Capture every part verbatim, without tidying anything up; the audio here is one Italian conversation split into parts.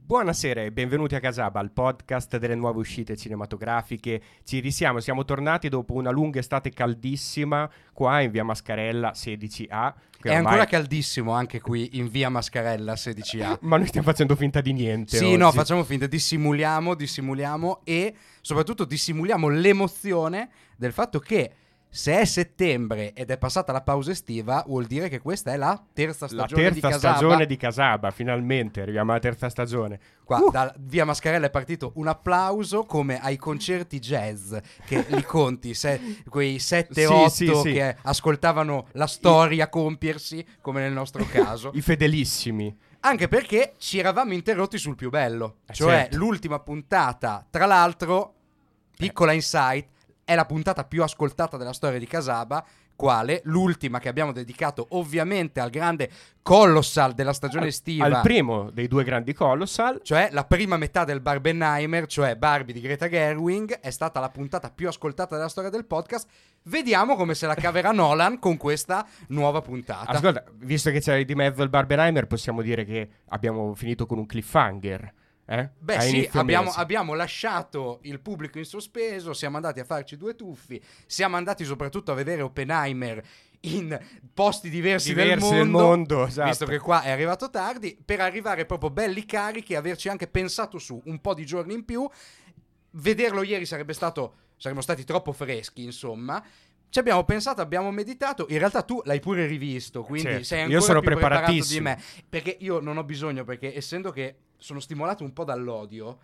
Buonasera e benvenuti a Casaba, al podcast delle nuove uscite cinematografiche. Ci risiamo, siamo tornati dopo una lunga estate caldissima qua in via Mascarella sedici A. È ormai... ancora caldissimo anche qui in via Mascarella sedici A. Ma noi stiamo facendo finta di niente. Sì, oggi. no, facciamo finta, dissimuliamo, dissimuliamo e soprattutto dissimuliamo l'emozione del fatto che se è settembre ed è passata la pausa estiva, vuol dire che questa è la terza stagione la di terza Casaba. stagione di Casaba, finalmente arriviamo alla terza stagione. Qua uh. da via Mascarella è partito un applauso come ai concerti jazz, che li conti, se, quei sette otto sì, sì, sì. che ascoltavano la storia I... compiersi, come nel nostro caso. I fedelissimi. Anche perché ci eravamo interrotti sul più bello, eh cioè certo. l'ultima puntata, tra l'altro, piccola insight, è la puntata più ascoltata della storia di Casaba, quale l'ultima che abbiamo dedicato ovviamente al grande Colossal della stagione al, estiva, al primo dei due grandi Colossal, cioè la prima metà del Barbenheimer, cioè Barbie di Greta Gerwig, è stata la puntata più ascoltata della storia del podcast. Vediamo come se la caverà Nolan con questa nuova puntata. Ascolta, visto che c'è di mezzo il Barbenheimer, possiamo dire che abbiamo finito con un cliffhanger. Eh? Beh sì, abbiamo, abbiamo lasciato il pubblico in sospeso, siamo andati a farci due tuffi, siamo andati soprattutto a vedere Oppenheimer in posti diversi, diversi del mondo, del mondo esatto. Visto che qua è arrivato tardi, per arrivare proprio belli carichi, averci anche pensato su un po' di giorni in più. Vederlo ieri sarebbe stato, saremmo stati troppo freschi, insomma. Ci abbiamo pensato, abbiamo meditato. In realtà tu l'hai pure rivisto, quindi certo. sei ancora io sono più preparato di me. Perché io non ho bisogno, perché essendo che sono stimolato un po' dall'odio,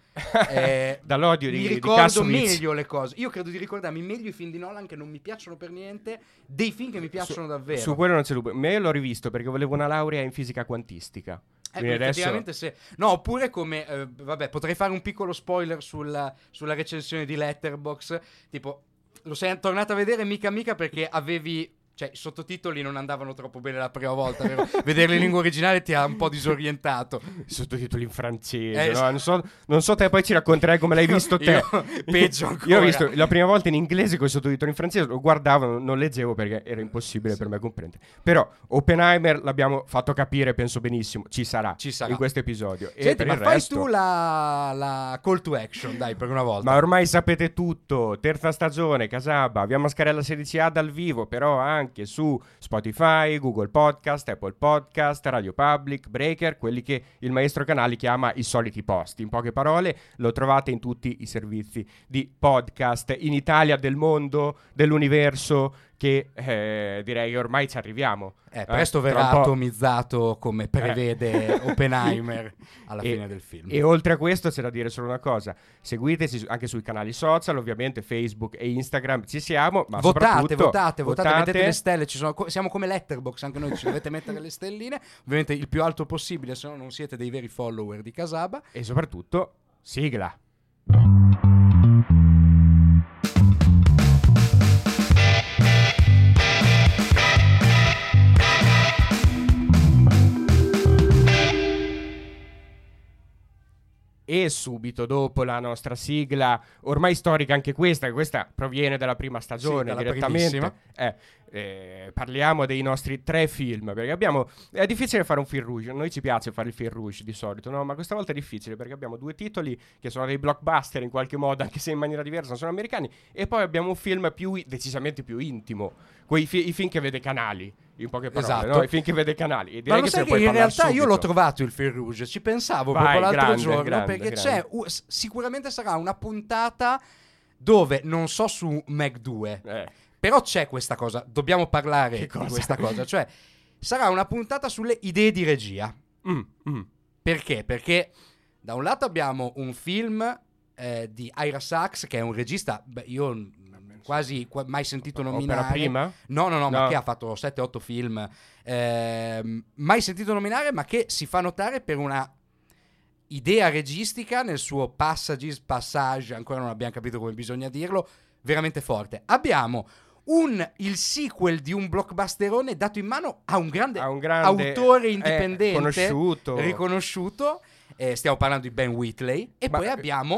eh, dall'odio mi di, ricordo di meglio le cose. Io credo di ricordarmi meglio i film di Nolan che non mi piacciono per niente, dei film che mi piacciono su, davvero. Su quello non c'è dubbio. Me l'ho rivisto perché volevo una laurea in fisica quantistica. Ecco, effettivamente adesso... se... No, oppure come... Eh, vabbè, potrei fare un piccolo spoiler sulla, sulla recensione di Letterboxd. Tipo, lo sei tornato a vedere mica mica perché avevi... Cioè, i sottotitoli non andavano troppo bene la prima volta, vero? Vederli in lingua originale ti ha un po' disorientato. I sottotitoli in francese, eh, no? non, so, non so te, poi ci racconterai come l'hai visto te. Io, peggio ancora. Io ho visto la prima volta in inglese con i sottotitoli in francese, lo guardavo, non leggevo perché era impossibile sì. per me comprendere. Però Oppenheimer l'abbiamo fatto capire, penso benissimo, ci sarà, ci sarà. in questo episodio. Senti, e per ma il fai resto... tu la, la call to action, dai, per una volta. Ma ormai sapete tutto, terza stagione, Casaba, via Mascarella sedici A dal vivo, però anche su Spotify, Google Podcast, Apple Podcast, Radio Public, Breaker, quelli che il maestro Canali chiama i soliti posti. In poche parole, lo trovate in tutti i servizi di podcast in Italia, del mondo, dell'universo, che eh, direi che ormai ci arriviamo. Eh, presto eh, verrà atomizzato come prevede eh. Oppenheimer alla e, fine del film. E oltre a questo c'è da dire solo una cosa: seguiteci anche sui canali social, ovviamente Facebook e Instagram ci siamo, ma votate, soprattutto votate, votate, mettete le stelle, ci sono, siamo come Letterboxd, anche noi ci dovete mettere le stelline, ovviamente il più alto possibile, se no non siete dei veri follower di Casaba. E soprattutto sigla. E subito dopo la nostra sigla, ormai storica anche questa, questa proviene dalla prima stagione, sì, direttamente, eh, eh, parliamo dei nostri tre film, perché abbiamo, è difficile fare un fil rouge, a noi ci piace fare il fil rouge di solito, no? Ma questa volta è difficile perché abbiamo due titoli che sono dei blockbuster in qualche modo, anche se in maniera diversa, sono americani, e poi abbiamo un film più, decisamente più intimo, quei fi- i film che vede Canali. In poche parole, esatto. no? I film che vede Canali. E direi ma lo che sai se che in realtà subito. Io l'ho trovato il fil rouge, ci pensavo Vai, proprio l'altro grande, giorno, grande, perché grande. c'è uh, sicuramente sarà una puntata dove non so su Meg due, eh. però c'è questa cosa, dobbiamo parlare Che cosa? di questa cosa, cioè sarà una puntata sulle idee di regia. Mm, mm. Perché? Perché da un lato abbiamo un film eh, di Ira Sachs, che è un regista, beh, io quasi qua, mai sentito nominare. Opera prima? No, no, no, no, ma che ha fatto sette otto film, eh, mai sentito nominare, ma che si fa notare per una idea registica nel suo passages, passage, ancora non abbiamo capito come bisogna dirlo, veramente forte. Abbiamo un, il sequel di un blockbusterone dato in mano a un grande, a un grande autore indipendente, eh, conosciuto. riconosciuto, eh, stiamo parlando di Ben Wheatley, e ma, poi abbiamo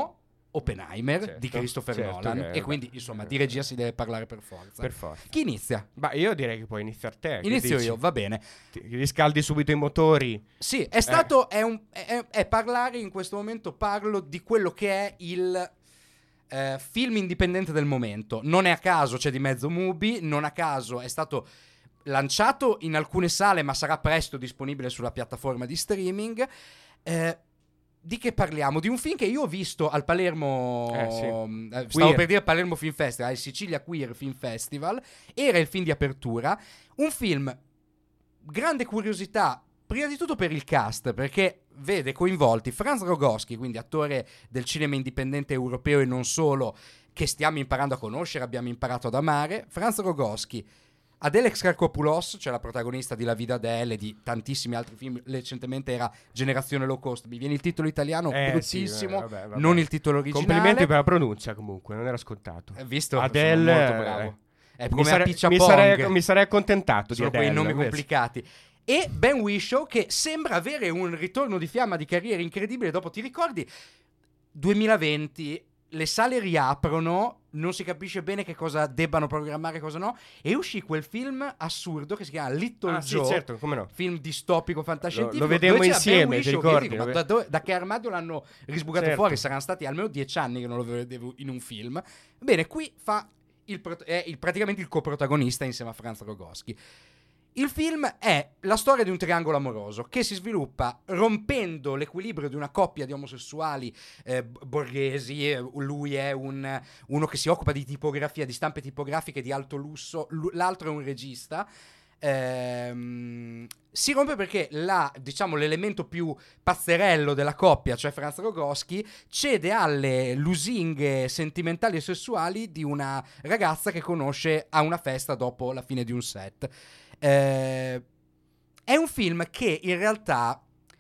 Oppenheimer certo, di Christopher certo, Nolan, che, e vabbè, quindi insomma eh, di regia si deve parlare per forza. Per forza. Chi inizia? Ma io direi che puoi iniziare te. che Inizio dici? io, va bene. Ti riscaldi subito i motori. Sì, è stato è, un, è, è parlare in questo momento, parlo di quello che è il eh, film indipendente del momento. Non è a caso c'è di mezzo Mubi, non a caso è stato lanciato in alcune sale, ma sarà presto disponibile sulla piattaforma di streaming. Eh, di che parliamo? Di un film che io ho visto al Palermo, Eh, sì. eh, stavo Queer. per dire Palermo Film Festival, al Sicilia Queer Film Festival, era il film di apertura, un film grande curiosità, prima di tutto per il cast, perché vede coinvolti Franz Rogowski, quindi attore del cinema indipendente europeo e non solo, che stiamo imparando a conoscere, abbiamo imparato ad amare. Franz Rogowski, Adele Exarchopoulos, cioè la protagonista di La Vida d'Elle e di tantissimi altri film, recentemente era Generazione Low Cost, mi viene il titolo italiano Eh, bruttissimo, sì, vabbè, vabbè. non il titolo originale. Complimenti per la pronuncia, comunque, non era scontato. Eh, visto? Adele, Sono molto bravo. eh, È mi, come sare- a Piccia mi, Pong. sarei, mi sarei accontentato Sono di quei Adele. nomi invece. complicati. E Ben Whishaw, che sembra avere un ritorno di fiamma di carriera incredibile dopo, ti ricordi? duemilaventi, le sale riaprono, non si capisce bene che cosa debbano programmare e cosa no, e uscì quel film assurdo che si chiama Little Ah, Joe, sì, certo, come no. film distopico fantascientifico. Lo- lo vedemmo dove c'era insieme, Ben ti Whishaw, che ricordi? dico, ma Lo- da, dove- da che armadio l'hanno risbucato Certo. fuori? Saranno stati almeno dieci anni che non lo vedevo in un film. Bene, qui fa il prot- è il- praticamente il coprotagonista insieme a Franz Rogowski. Il film è la storia di un triangolo amoroso che si sviluppa rompendo l'equilibrio di una coppia di omosessuali eh, b- borghesi. eh, Lui è un, uno che si occupa di tipografia, di stampe tipografiche di alto lusso, lu- l'altro è un regista. Ehm, si rompe perché la, diciamo, l'elemento più pazzerello della coppia, cioè Franz Rogowski, cede alle lusinghe sentimentali e sessuali di una ragazza che conosce a una festa dopo la fine di un set. Eh, è un film che in realtà,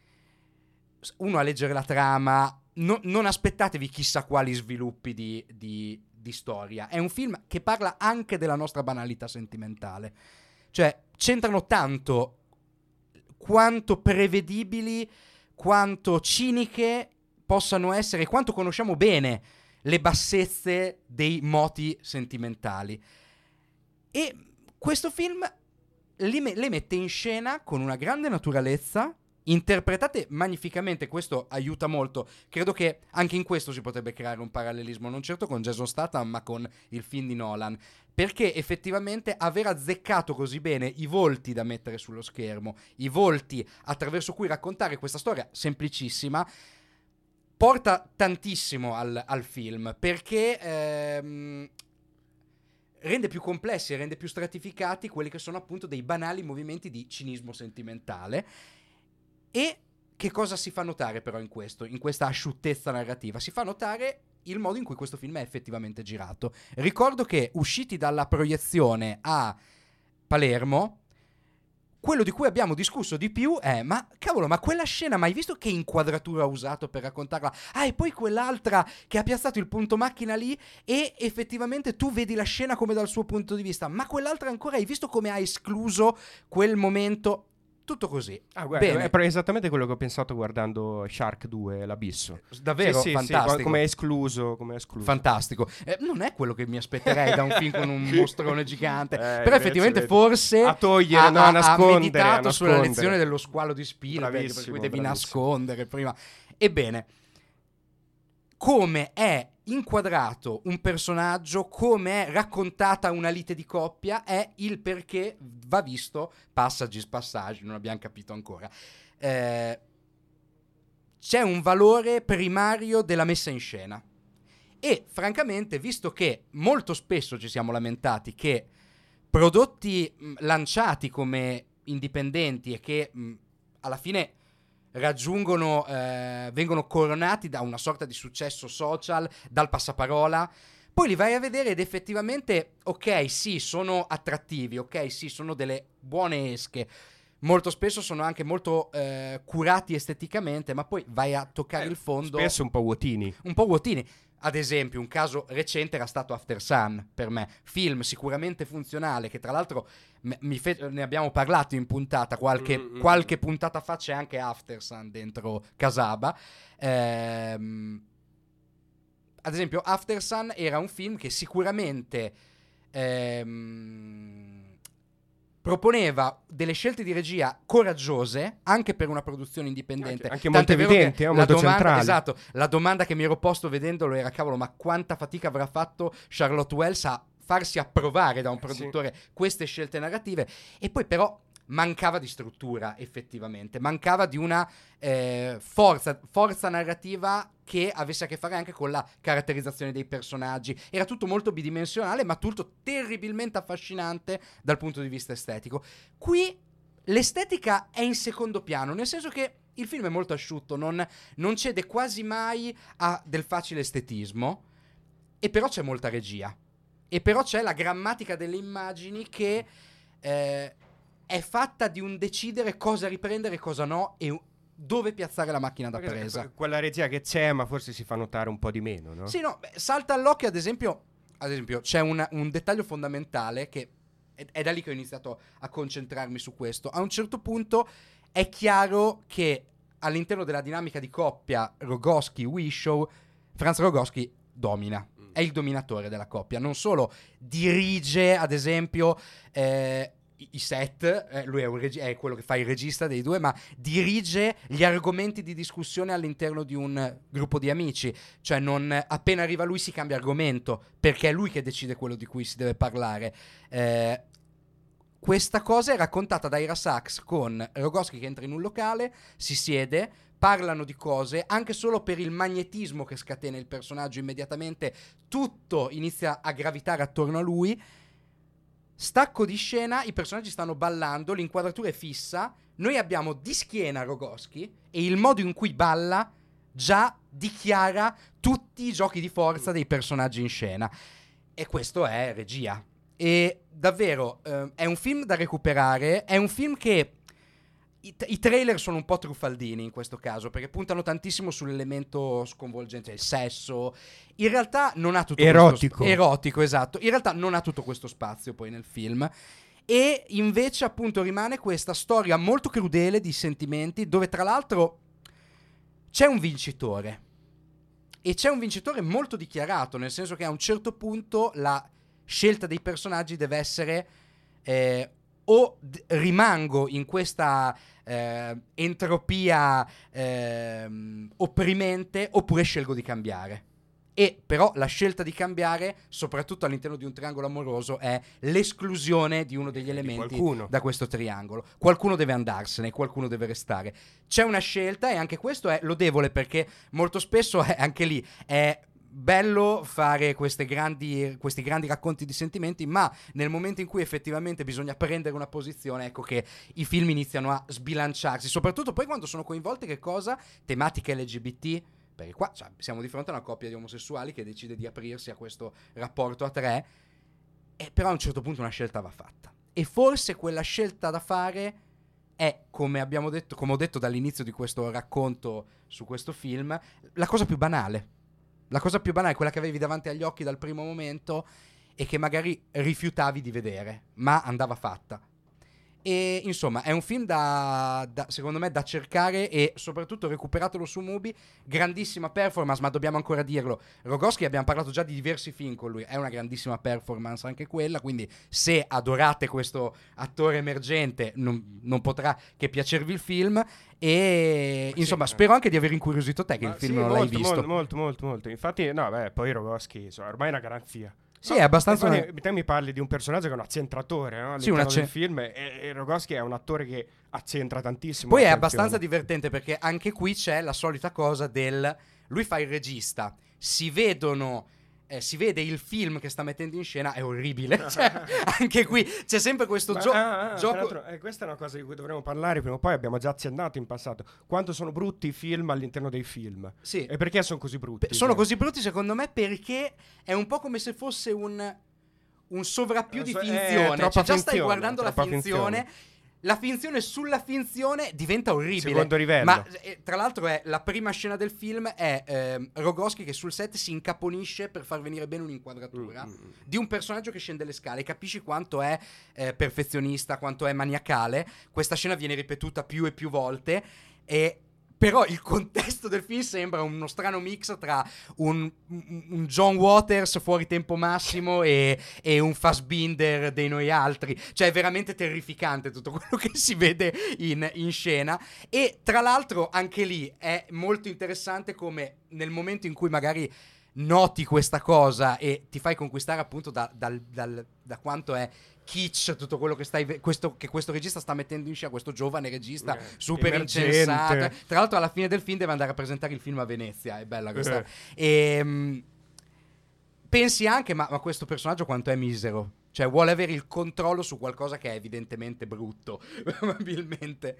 uno a leggere la trama, no, non aspettatevi chissà quali sviluppi di, di, di storia. È un film che parla anche della nostra banalità sentimentale. Cioè, c'entrano tanto quanto prevedibili, quanto ciniche possano essere, quanto conosciamo bene le bassezze dei moti sentimentali. E questo film li me- le mette in scena con una grande naturalezza, interpretate magnificamente. Questo aiuta molto. Credo che anche in questo si potrebbe creare un parallelismo, non certo con Jason Statham, ma con il film di Nolan, perché effettivamente aver azzeccato così bene i volti da mettere sullo schermo, i volti attraverso cui raccontare questa storia semplicissima, porta tantissimo al, al film, perché ehm, rende più complessi e rende più stratificati quelli che sono appunto dei banali movimenti di cinismo sentimentale. E che cosa si fa notare però in questo, in questa asciuttezza narrativa? Si fa notare il modo in cui questo film è effettivamente girato. Ricordo che usciti dalla proiezione a Palermo, quello di cui abbiamo discusso di più è: ma cavolo, ma quella scena, ma hai visto che inquadratura ha usato per raccontarla? Ah, e poi quell'altra che ha piazzato il punto macchina lì e effettivamente tu vedi la scena come dal suo punto di vista, ma quell'altra ancora, hai visto come ha escluso quel momento? Tutto così. Ah, guarda, Bene. è proprio esattamente quello che ho pensato guardando Shark due, l'abisso. Davvero Sì, sì, sì, fantastico. come è escluso, come è escluso. Fantastico. Eh, non è quello che mi aspetterei da un film con un mostrone gigante. Eh, Però invece effettivamente vedi. forse A togliere, ha, no, a ha- nascondere, ha meditato a nascondere. sulla lezione dello squalo di Spielberg, per Bravissimo, cui devi bravissimo. nascondere prima. Ebbene, come è inquadrato un personaggio, come è raccontata una lite di coppia, è il perché va visto passaggi spassaggi, non abbiamo capito ancora. Eh, c'è un valore primario della messa in scena e francamente, visto che molto spesso ci siamo lamentati che prodotti mh, lanciati come indipendenti e che mh, alla fine raggiungono, eh, vengono coronati da una sorta di successo social, dal passaparola, poi li vai a vedere ed effettivamente, ok, sì, sono attrattivi, ok, sì, sono delle buone esche, molto spesso sono anche molto eh, curati esteticamente, ma poi vai a toccare Eh, il fondo, Spesso un po' vuotini. un po' vuotini. Ad esempio, un caso recente era stato After Sun, per me. Film sicuramente funzionale, che tra l'altro m- mi fe- ne abbiamo parlato in puntata, qualche, Mm-mm. qualche puntata fa c'è anche After Sun dentro Casaba. Ehm, ad esempio After Sun era un film che sicuramente ehm, proponeva delle scelte di regia coraggiose anche per una produzione indipendente, anche, anche molto evidenti, eh, molto domanda, centrali. Esatto, la domanda che mi ero posto vedendolo era cavolo, ma quanta fatica avrà fatto Charlotte Wells a farsi approvare da un produttore sì. queste scelte narrative, e poi però mancava di struttura, effettivamente mancava di una eh, forza, forza narrativa che avesse a che fare anche con la caratterizzazione dei personaggi. Era tutto molto bidimensionale, ma tutto terribilmente affascinante dal punto di vista estetico. Qui l'estetica è in secondo piano, nel senso che il film è molto asciutto, non, non cede quasi mai a del facile estetismo, e però c'è molta regia, e però c'è la grammatica delle immagini che eh, è fatta di un decidere cosa riprendere e cosa no, e dove piazzare la macchina da presa. Quella regia che c'è, ma forse si fa notare un po' di meno, no? Sì, no, beh, salta all'occhio, ad esempio, ad esempio c'è una, un dettaglio fondamentale che è, è da lì che ho iniziato a concentrarmi su questo. A un certo punto è chiaro che all'interno della dinamica di coppia Rogowski-Wishaw, Franz Rogowski domina. È il dominatore della coppia. Non solo dirige, ad esempio, eh, i set, eh, lui è, un regi- è quello che fa il regista dei due, ma dirige gli argomenti di discussione all'interno di un gruppo di amici. Cioè non appena arriva lui si cambia argomento, perché è lui che decide quello di cui si deve parlare. Eh, questa cosa è raccontata da Ira Sachs con Rogowski che entra in un locale, si siede, parlano di cose, anche solo per il magnetismo che scatena il personaggio immediatamente, tutto inizia a gravitare attorno a lui. Stacco di scena, i personaggi stanno ballando, l'inquadratura è fissa, noi abbiamo di schiena Rogowski e il modo in cui balla già dichiara tutti i giochi di forza dei personaggi in scena, e questo è regia. E davvero eh, è un film da recuperare, è un film che I, t- I trailer sono un po' truffaldini in questo caso, perché puntano tantissimo sull'elemento sconvolgente, il sesso. In realtà non ha tutto erotico. questo sp- erotico, esatto. In realtà non ha tutto questo spazio poi nel film. E invece appunto rimane questa storia molto crudele di sentimenti, dove tra l'altro c'è un vincitore. E c'è un vincitore molto dichiarato, nel senso che a un certo punto la scelta dei personaggi deve essere eh, o d- rimango in questa eh, entropia eh, opprimente, oppure scelgo di cambiare. E però la scelta di cambiare, soprattutto all'interno di un triangolo amoroso, è l'esclusione di uno degli di elementi qualcuno. da questo triangolo. Qualcuno deve andarsene, qualcuno deve restare. C'è una scelta, e anche questo è lodevole, perché molto spesso è, anche lì è bello fare queste grandi, questi grandi racconti di sentimenti, ma nel momento in cui effettivamente bisogna prendere una posizione, ecco che i film iniziano a sbilanciarsi, soprattutto poi quando sono coinvolte che cosa? Tematiche L G B T, perché qua cioè, siamo di fronte a una coppia di omosessuali che decide di aprirsi a questo rapporto a tre, e però a un certo punto una scelta va fatta, e forse quella scelta da fare è, come abbiamo detto, come ho detto dall'inizio di questo racconto su questo film, la cosa più banale. La cosa più banale è quella che avevi davanti agli occhi dal primo momento e che magari rifiutavi di vedere, ma andava fatta. E insomma è un film da, da secondo me da cercare, e soprattutto recuperatelo su Mubi. Grandissima performance, ma dobbiamo ancora dirlo, Rogowski, abbiamo parlato già di diversi film con lui, è una grandissima performance anche quella, quindi se adorate questo attore emergente non, non potrà che piacervi il film. E sì, insomma spero anche di aver incuriosito te, che il film sì, non molto, l'hai visto. molto molto molto molto infatti no beh poi Rogowski insomma, ormai è una garanzia. Sì, no, è abbastanza. Una... Te mi parli di un personaggio che è un accentratore, no? All'interno Sì, del acc- film, e, e Rogowski è un attore che accentra tantissimo. Poi è l'attenzione. abbastanza divertente, perché anche qui c'è la solita cosa del lui fa il regista, si vedono eh, si vede il film che sta mettendo in scena, è orribile. Cioè, anche qui c'è sempre questo Ma, gio- ah, ah, gioco. eh, questa è una cosa di cui dovremmo parlare prima o poi. Abbiamo già accennato in passato quanto sono brutti i film all'interno dei film. Sì. E perché sono così brutti? P- sono cioè? così brutti secondo me perché è un po' come se fosse un un sovrappiù di Eh, finzione, troppa cioè già stai finzione, guardando la troppa finzione, finzione. la finzione sulla finzione diventa orribile. Secondo livello. Ma eh, tra l'altro è la prima scena del film è eh, Rogowski che sul set si incaponisce per far venire bene un'inquadratura mm-hmm. di un personaggio che scende le scale, capisci quanto è eh, perfezionista, quanto è maniacale. Questa scena viene ripetuta più e più volte, e però il contesto del film sembra uno strano mix tra un, un John Waters fuori tempo massimo e, e un Fassbinder dei noi altri. Cioè è veramente terrificante tutto quello che si vede in, in scena. E tra l'altro anche lì è molto interessante come nel momento in cui magari noti questa cosa e ti fai conquistare appunto da, dal, dal, da quanto è kitsch tutto quello che stai questo, che questo regista sta mettendo in scena, questo giovane regista eh, super emergente. incensato. Tra l'altro alla fine del film deve andare a presentare il film a Venezia, è bella questa. Eh. E mh, pensi anche ma, ma questo personaggio quanto è misero, cioè vuole avere il controllo su qualcosa che è evidentemente brutto probabilmente.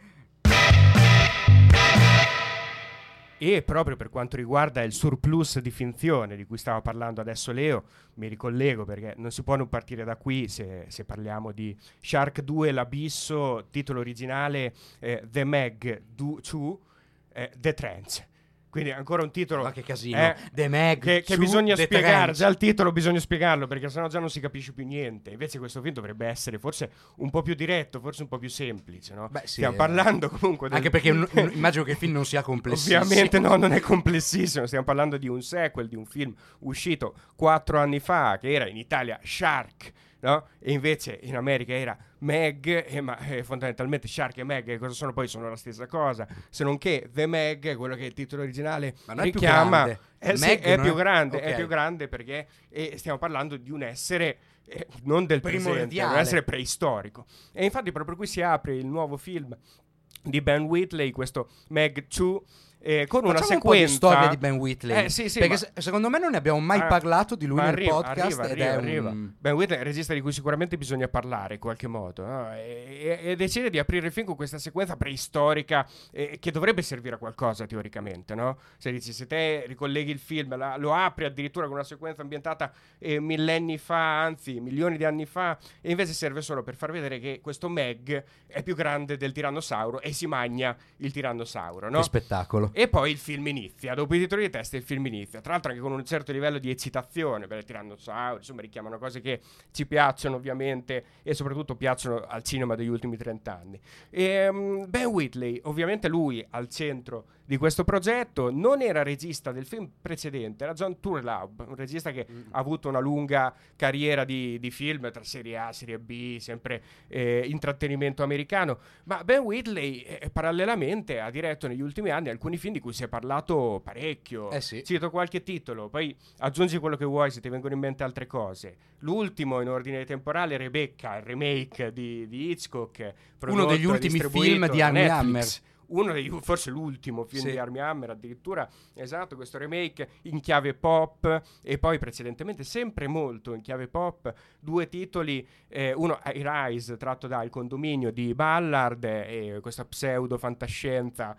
E proprio per quanto riguarda il surplus di finzione di cui stava parlando adesso Leo, mi ricollego perché non si può non partire da qui se, se parliamo di Shark due L'Abisso, titolo originale eh, The Meg due, eh, The Trench. Quindi ancora un titolo, ma che casino, eh, The Meg che, che su bisogna The spiegare, Trench. già il titolo bisogna spiegarlo perché sennò già non si capisce più niente. Invece questo film dovrebbe essere forse un po' più diretto, forse un po' più semplice, no? Beh, sì, stiamo eh. parlando comunque del... Anche perché n- n- immagino che il film non sia complessissimo. Ovviamente no, non è complessissimo, stiamo parlando di un sequel di un film uscito quattro anni fa che era in Italia Shark, no? E invece in America era Meg, e ma eh, fondamentalmente Shark e Meg cosa sono poi? Sono la stessa cosa, se non che The Meg, quello che il titolo originale ma non richiama, è più grande, eh, sì, Meg è non più è- grande, ok. è più grande perché eh, stiamo parlando di un essere eh, non del presente, Primordiale. un essere preistorico. E infatti proprio qui si apre il nuovo film di Ben Wheatley, questo Meg due, eh, con una Facciamo sequenza. un po' di storia di Ben Wheatley, Eh, sì, sì, perché ma- se- secondo me non ne abbiamo mai Ah, parlato di lui ma nel arriva, podcast arriva, ed arriva, è arriva. un... Ben Wheatley è un regista di cui sicuramente bisogna parlare in qualche modo, no? e, e- e decide di aprire il film con questa sequenza preistorica eh, che dovrebbe servire a qualcosa teoricamente, no? Se dici, se te ricolleghi il film, la- lo apri addirittura con una sequenza ambientata eh, millenni fa, anzi milioni di anni fa, e invece serve solo per far vedere che questo Meg è più grande del tirannosauro e si magna il tirannosauro, no? Che spettacolo. E poi il film inizia, dopo i titoli di testa il film inizia, tra l'altro anche con un certo livello di eccitazione per il tirannosauro, insomma richiamano cose che ci piacciono ovviamente e soprattutto piacciono al cinema degli ultimi trent'anni. E, um, Ben Wheatley, ovviamente lui al centro di questo progetto, non era regista del film precedente, era John Turturro, un regista che mm. ha avuto una lunga carriera di, di film tra serie A, serie B, sempre eh, intrattenimento americano, ma Ben Wheatley eh, parallelamente ha diretto negli ultimi anni alcuni film di cui si è parlato parecchio. Eh sì. Cito qualche titolo, poi aggiungi quello che vuoi se ti vengono in mente altre cose. L'ultimo in ordine temporale, Rebecca, il remake di, di Hitchcock, Uno degli ultimi film di Armie Hammer. Uno dei, forse l'ultimo film Sì. di Armie Hammer addirittura, esatto, questo remake in chiave pop, e poi precedentemente sempre molto in chiave pop due titoli, eh, uno I Rise tratto da Il condominio di Ballard e eh, questa pseudo fantascienza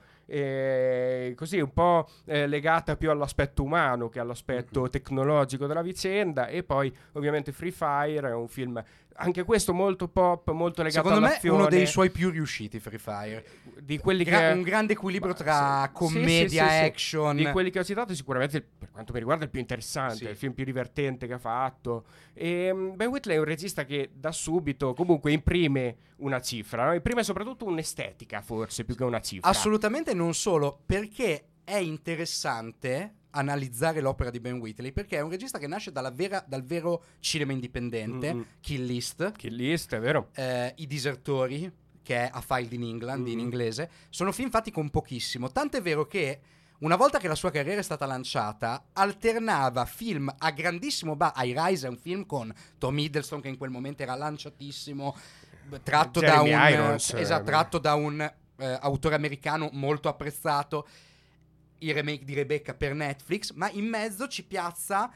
eh, così un po' eh, legata più all'aspetto umano che all'aspetto mm-hmm. tecnologico della vicenda, e poi ovviamente Free Fire è un film anche questo molto pop, molto legato Secondo me all'azione. uno dei suoi più riusciti, Free Fire, di quelli Gra- che un grande equilibrio Ma, tra sì, commedia, sì, sì, sì, action. Di quelli che ho citato sicuramente il- per quanto mi riguarda il più interessante, Sì. il film più divertente che ha fatto. E um, Ben Wheatley è un regista che da subito comunque imprime una cifra, no? Imprime soprattutto un'estetica forse più che una cifra. Assolutamente, non solo, perché è interessante analizzare l'opera di Ben Wheatley, perché è un regista che nasce dalla vera, dal vero cinema indipendente, Mm-hmm. Kill List, Kill List, è vero? eh, I Disertori, che è A Filed in England Mm-hmm. in inglese, sono film fatti con pochissimo, tanto è vero che una volta che la sua carriera è stata lanciata, alternava film a grandissimo ba- I Rise è un film con Tom Hiddleston che in quel momento era lanciatissimo, tratto da Jeremy un Irons, esatto, eh, tratto da un eh, autore americano molto apprezzato, il remake di Rebecca per Netflix, ma in mezzo ci piazza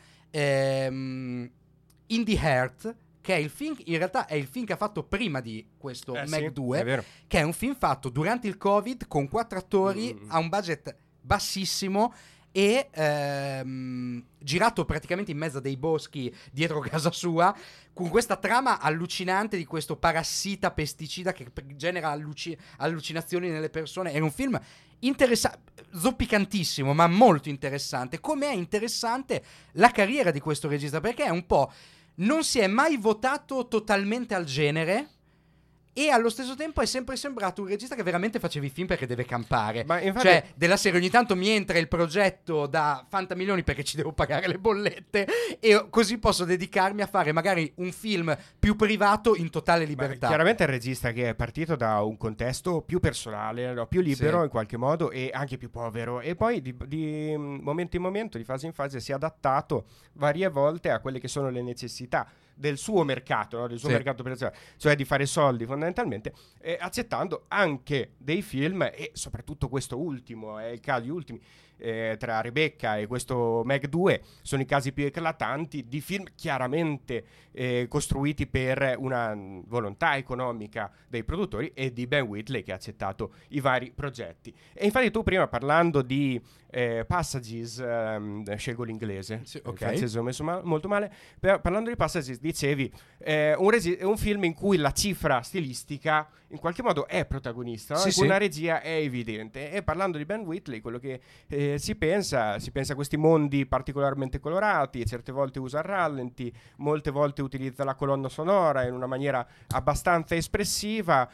ehm, In the Heart, che è il film, in realtà è il film che ha fatto prima di questo Eh, Meg sì, due, è vero. che è un film fatto durante il Covid con quattro attori Mm. a un budget bassissimo e ehm, girato praticamente in mezzo a dei boschi dietro casa sua, con questa trama allucinante di questo parassita pesticida che p- genera alluci- allucinazioni nelle persone. È un film interessante, zoppicantissimo, ma molto interessante. Come è interessante la carriera di questo regista, perché è un po', non si è mai votato totalmente al genere, e allo stesso tempo è sempre sembrato un regista che veramente faceva i film perché deve campare. Ma infatti... Cioè, della serie ogni tanto mi entra il progetto da fantamilioni perché ci devo pagare le bollette e così posso dedicarmi a fare magari un film più privato in totale libertà. Ma chiaramente è il regista che è partito da un contesto più personale, no? Più libero, sì, in qualche modo, e anche più povero, e poi di, di momento in momento, di fase in fase, si è adattato varie volte a quelle che sono le necessità del suo mercato, no? Del suo, sì, mercato operazionale, cioè di fare soldi fondamentalmente, eh, accettando anche dei film, e soprattutto questo ultimo è il caso, gli ultimi eh, tra Rebecca e questo Meg due sono i casi più eclatanti di film chiaramente eh, costruiti per una volontà economica dei produttori e di Ben Wheatley che ha accettato i vari progetti. E infatti tu prima, parlando di eh, Passages, ehm, scelgo l'inglese, sì, okay. Il francese ho messo ma- molto male, però, parlando di Passages dicevi eh, un, resi- un film in cui la cifra stilistica in qualche modo è protagonista, no? Sì, In cui sì. una regia è evidente, e parlando di Ben Wheatley quello che eh, si pensa si pensa a questi mondi particolarmente colorati, certe volte usa il rallenti, molte volte utilizza la colonna sonora in una maniera abbastanza espressiva,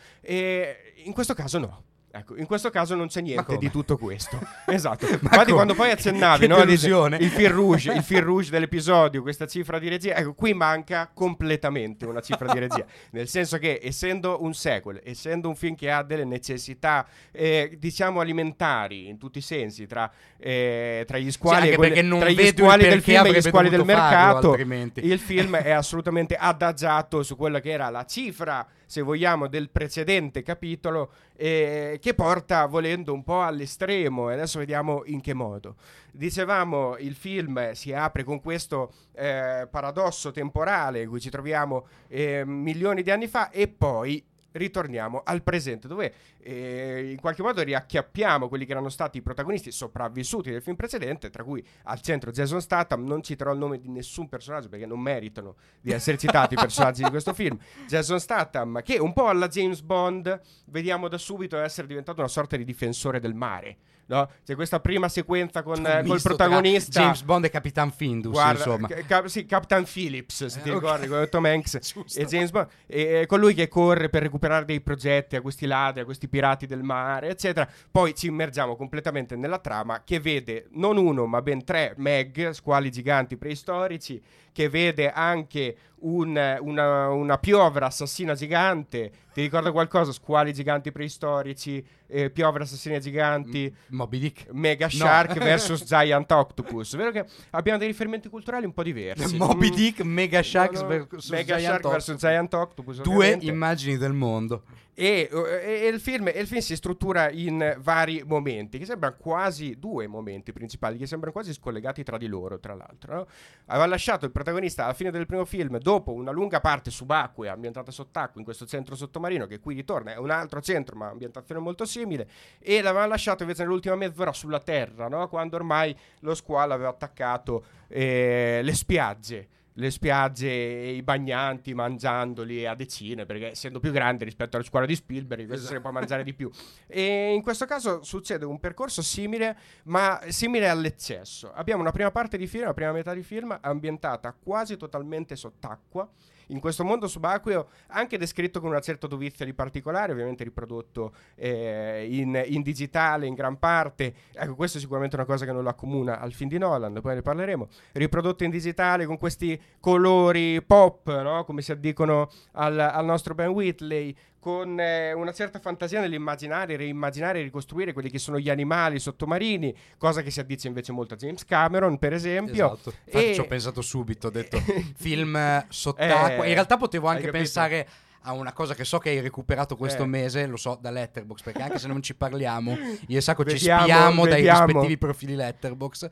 e in questo caso no. Ecco, in questo caso non c'è niente di tutto questo. Esatto. Infatti, quando poi accennavi, no, il fil rouge, il fil rouge dell'episodio, questa cifra di regia, ecco, qui manca completamente una cifra di regia. Nel senso che, essendo un sequel, essendo un film che ha delle necessità, eh, diciamo, alimentari in tutti i sensi, tra, eh, tra gli squali, sì, e quelli, non tra gli squali del film e gli squali del mercato, il film è assolutamente adagiato su quella che era la cifra, se vogliamo, del precedente capitolo, eh, che porta, volendo, un po' all'estremo, e adesso vediamo in che modo. Dicevamo, il film si apre con questo eh, paradosso temporale in cui ci troviamo eh, milioni di anni fa, e poi ritorniamo al presente, dove eh, in qualche modo riacchiappiamo quelli che erano stati i protagonisti sopravvissuti del film precedente, tra cui al centro Jason Statham. Non citerò il nome di nessun personaggio perché non meritano di essere citati i personaggi di questo film. Jason Statham, che un po' alla James Bond vediamo da subito essere diventato una sorta di difensore del mare, no? C'è questa prima sequenza con eh, col protagonista James Bond e Capitan Findus, guarda, insomma ca- sì, Captain Phillips, se eh, ti okay. ricordi, con Tom Hanks e James Bond, e con lui che corre per recuperare dei progetti a questi ladri, a questi pirati del mare, eccetera. Poi ci immergiamo completamente nella trama, che vede non uno ma ben tre Meg, squali giganti preistorici, che vede anche un, una, una piovra assassina gigante. Ti ricorda qualcosa? Squali giganti preistorici, eh, piovra assassine giganti, M- Moby Dick, Mega Shark no. versus Giant Octopus. Vero che abbiamo dei riferimenti culturali un po' diversi. Moby mm. Dick, Mega Shark no, no. versus Mega Giant Shark versus Giant Octopus, due ovviamente. immagini del mondo. E, e, e, il film, e il film si struttura in vari momenti, che sembrano quasi due momenti principali, che sembrano quasi scollegati tra di loro, tra l'altro, no? Aveva lasciato il protagonista alla fine del primo film, dopo una lunga parte subacquea ambientata sott'acqua in questo centro sottomarino, che qui ritorna, è un altro centro ma ambientazione molto simile, e l'aveva lasciato invece nell'ultima mezz'ora sulla terra, no? Quando ormai lo squalo aveva attaccato eh, le spiagge le spiagge e i bagnanti, mangiandoli a decine, perché essendo più grande rispetto alla squadra di Spielberg, questo se ne può mangiare di più. E in questo caso succede un percorso simile, ma simile all'eccesso. Abbiamo una prima parte di film, una prima metà di film ambientata quasi totalmente sott'acqua, in questo mondo subacqueo, anche descritto con una certa dovizia di particolari, ovviamente riprodotto eh, in, in digitale in gran parte. Ecco, questo è sicuramente una cosa che non lo accomuna al film di Nolan, poi ne parleremo. Riprodotto in digitale con questi colori pop, no? Come si addicono al, al nostro Ben Wheatley, con eh, una certa fantasia nell'immaginare, reimmaginare e ricostruire quelli che sono gli animali sottomarini, cosa che si addice invece molto a James Cameron, per esempio. Esatto. Infatti e... ci ho pensato subito, ho detto film sott'acqua. Eh, In realtà potevo anche pensare a una cosa che so che hai recuperato questo eh. mese, lo so, da Letterboxd, perché anche se non ci parliamo, io e Sacco ci vediamo, spiamo dai vediamo. rispettivi profili Letterboxd.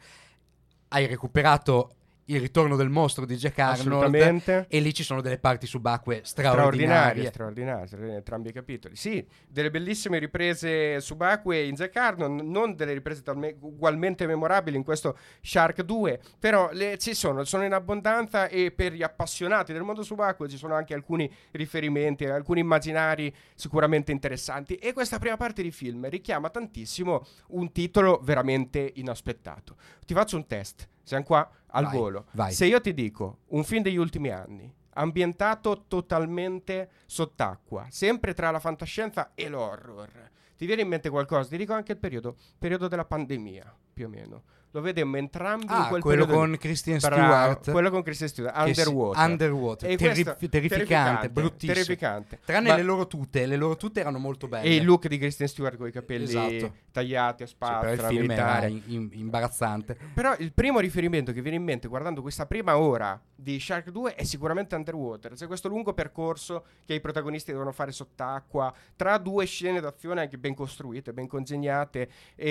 Hai recuperato Il ritorno del mostro di Jack Arnold, e lì ci sono delle parti subacquee straordinarie, straordinarie, straordinarie, entrambi i capitoli. Sì, delle bellissime riprese subacquee in Jack Arnold, non delle riprese talme- ugualmente memorabili in questo Shark due, però le, ci sono, sono in abbondanza, e per gli appassionati del mondo subacqueo ci sono anche alcuni riferimenti, alcuni immaginari sicuramente interessanti, e questa prima parte di film richiama tantissimo un titolo veramente inaspettato. Ti faccio un test, siamo qua al vai, volo. Vai. Se io ti dico un film degli ultimi anni ambientato totalmente sott'acqua, sempre tra la fantascienza e l'horror. Ti viene in mente qualcosa? Ti dico anche il periodo, periodo della pandemia, più o meno. Lo vedemmo entrambi ah, in quel quello periodo con lì. Kristen Bravo, Stewart. quello con Kristen Stewart, Che si- Underwater. Underwater. E Terri- questo- terrificante, bruttissimo. terrificante. Tranne Ma- le loro tute, le loro tute erano molto belle. E il look di Kristen Stewart con i capelli Esatto. tagliati a Sì, però il spazzola, film era militare. in- in- imbarazzante. Però il primo riferimento che viene in mente guardando questa prima ora di Shark due è sicuramente Underwater. C'è questo lungo percorso che i protagonisti devono fare sott'acqua, tra due scene d'azione anche ben costruite, ben congegnate,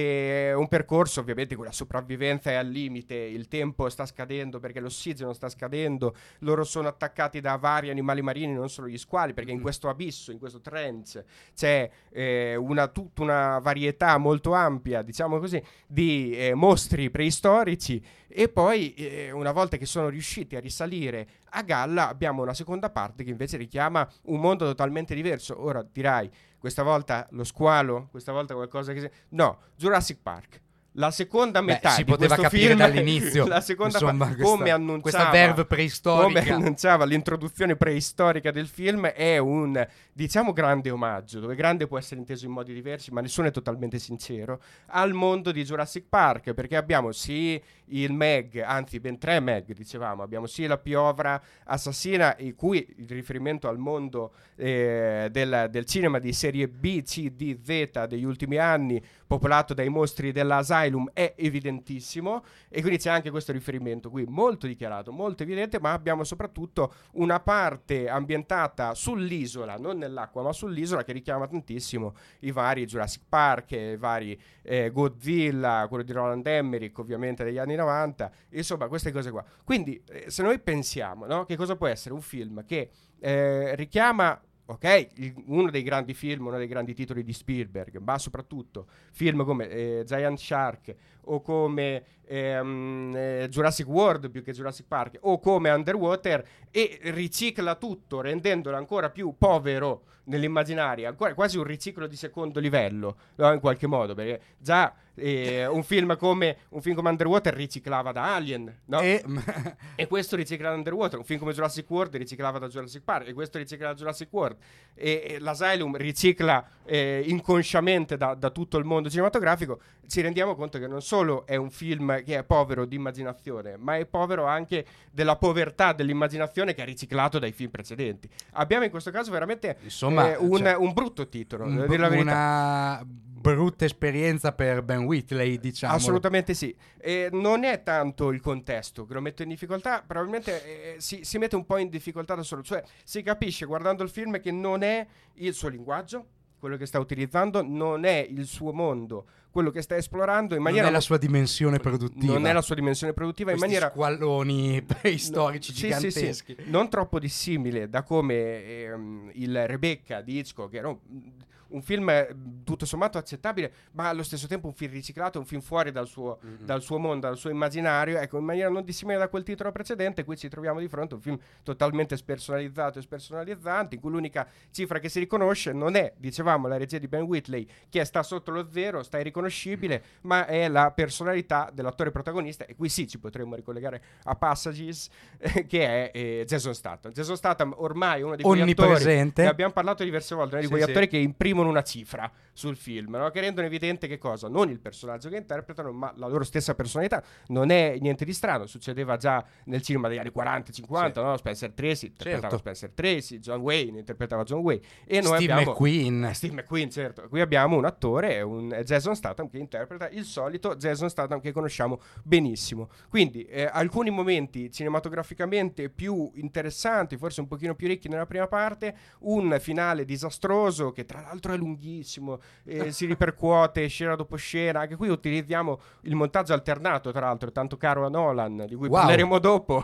e un percorso ovviamente con la sopravvivenza è al limite, il tempo sta scadendo perché l'ossigeno sta scadendo, loro sono attaccati da vari animali marini, non solo gli squali, perché in questo abisso, in questo trench c'è eh, una, tutta una varietà molto ampia, diciamo così, di eh, mostri preistorici. E poi eh, una volta che sono riusciti a risalire a galla abbiamo una seconda parte che invece richiama un mondo totalmente diverso. Ora dirai, questa volta lo squalo, questa volta qualcosa che... Se... No, Jurassic Park. La seconda metà Beh, si di poteva questo capire film, dall'inizio. la seconda Insomma, pa- questa- come annunciava, questa verve preistorica. come annunciava l'introduzione preistorica del film, è un, diciamo, grande omaggio, dove grande può essere inteso in modi diversi, ma nessuno è totalmente sincero, al mondo di Jurassic Park, perché abbiamo sì il Meg, anzi ben tre Meg, dicevamo, abbiamo sì la piovra assassina, in cui il riferimento al mondo eh, del, del cinema di serie B, C, D, Z degli ultimi anni, popolato dai mostri dell'Asylum, è evidentissimo, e quindi c'è anche questo riferimento qui molto dichiarato, molto evidente, ma abbiamo soprattutto una parte ambientata sull'isola, non nell'acqua ma sull'isola, che richiama tantissimo i vari Jurassic Park, i vari eh, Godzilla, quello di Roland Emmerich ovviamente degli anni novanta, insomma queste cose qua. Quindi eh, se noi pensiamo, no, che cosa può essere un film che eh, richiama, ok, il- uno dei grandi film, uno dei grandi titoli di Spielberg, ma soprattutto film come eh, Giant Shark o come ehm, eh, Jurassic World più che Jurassic Park o come Underwater, e ricicla tutto rendendolo ancora più povero nell'immaginario, ancora quasi un riciclo di secondo livello, no, in qualche modo, perché già eh, un film come un film come Underwater riciclava da Alien, no? E E questo ricicla da Underwater. Un film come Jurassic World riciclava da Jurassic Park, e questo ricicla da Jurassic World. E, e l'Asylum ricicla eh, inconsciamente da, da tutto il mondo cinematografico. Ci rendiamo conto che non solo è un film che è povero di immaginazione, ma è povero anche della povertà dell'immaginazione che è riciclato dai film precedenti. Abbiamo in questo caso veramente Insomma, eh, un, cioè, un brutto titolo, un- devo dire la verità. una brutta esperienza per Ben Whitley, diciamo. Assolutamente sì. E non è tanto il contesto che lo mette in difficoltà, probabilmente eh, si, si mette un po' in difficoltà da solo. Cioè, si capisce guardando il film che non è il suo linguaggio, quello che sta utilizzando, non è il suo mondo, quello che sta esplorando in maniera... Non è la sua dimensione produttiva. Non è la sua dimensione produttiva, in Questi maniera... squalloni preistorici No, sì, sì, giganteschi. sì. Non troppo dissimile da come ehm, il Rebecca di Hitchcock, che era un, un film eh, tutto sommato accettabile, ma allo stesso tempo un film riciclato, un film fuori dal suo, Mm-hmm. dal suo mondo, dal suo immaginario, ecco, in maniera non dissimile da quel titolo precedente. Qui ci troviamo di fronte a un film totalmente spersonalizzato e spersonalizzante, in cui l'unica cifra che si riconosce non è, dicevamo, la regia di Ben Whitley, che sta sotto lo zero, sta irriconoscibile, ma è la personalità dell'attore protagonista, e qui sì ci potremmo ricollegare a Passages, eh, che è eh, Jason Statham. Jason Statham ormai è uno di quegli attori, Onnipresente. ne abbiamo parlato diverse volte, uno di Sì, quegli sì. attori che imprimono una cifra sul film, no? Che rendono evidente che cosa? Non il personaggio che interpretano, ma la loro stessa personalità. Non è niente di strano, succedeva già nel cinema degli anni quaranta cinquanta, Sì. no? Spencer Tracy interpretava Certo. Spencer Tracy, John Wayne interpretava John Wayne, e noi Steve abbiamo McQueen. eh, Steve McQueen, certo. Qui abbiamo un attore, un eh, Jason Statham, che interpreta il solito Jason Statham che conosciamo benissimo. Quindi eh, alcuni momenti cinematograficamente più interessanti, forse un pochino più ricchi nella prima parte, un finale disastroso che tra l'altro è lunghissimo, eh, si ripercuote scena dopo scena. Anche qui utilizziamo il montaggio alternato, tra l'altro tanto caro a Nolan, di cui Wow. parleremo dopo,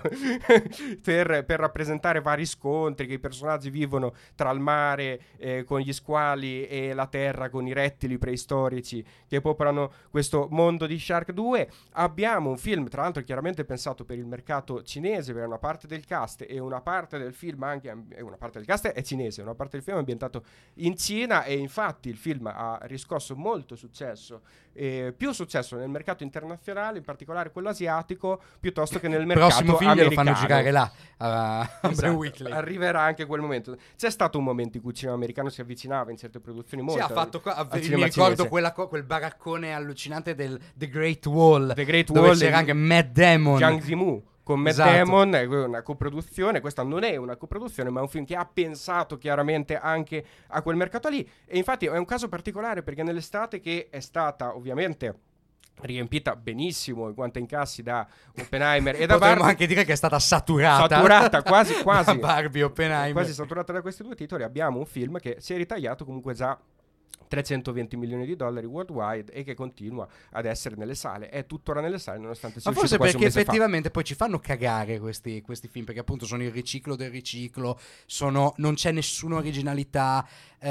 per, per rappresentare vari scontri che i personaggi vivono tra il mare eh, con gli squali e la terra con i rettili preistorici che popolano questo mondo di Shark due. Abbiamo un film, tra l'altro chiaramente pensato per il mercato cinese, per una parte del cast, e una parte del film anche, e una parte del cast è cinese, una parte del film è ambientato in Cina, e e infatti il film ha riscosso molto successo, eh, più successo nel mercato internazionale, in particolare quello asiatico, piuttosto che nel mercato prossimo film americano. lo fanno girare là a Esatto, arriverà anche quel momento. C'è stato un momento in cui il cinema americano si avvicinava in certe produzioni molto. Sì, ha fatto qua, al mi cinema ricordo cinese. quella co- quel baraccone allucinante del The Great Wall, The Great dove Wall c'era e- anche Matt Damon. Jiang Zimu con Matt Esatto. Damon, è una coproduzione. Questa non è una coproduzione, ma è un film che ha pensato chiaramente anche a quel mercato lì. E infatti è un caso particolare perché nell'estate, che è stata ovviamente riempita benissimo in quanto a incassi da Oppenheimer e da Potremmo Barbie, anche dire che è stata saturata, saturata quasi quasi da Barbie e Oppenheimer. quasi saturata da questi due titoli, abbiamo un film che si è ritagliato comunque già trecentoventi milioni di dollari worldwide e che continua ad essere nelle sale, è tuttora nelle sale nonostante sia Ma uscito forse quasi un perché mese fa. effettivamente poi ci fanno cagare questi, questi film, perché appunto sono il riciclo del riciclo, sono, non c'è nessuna originalità,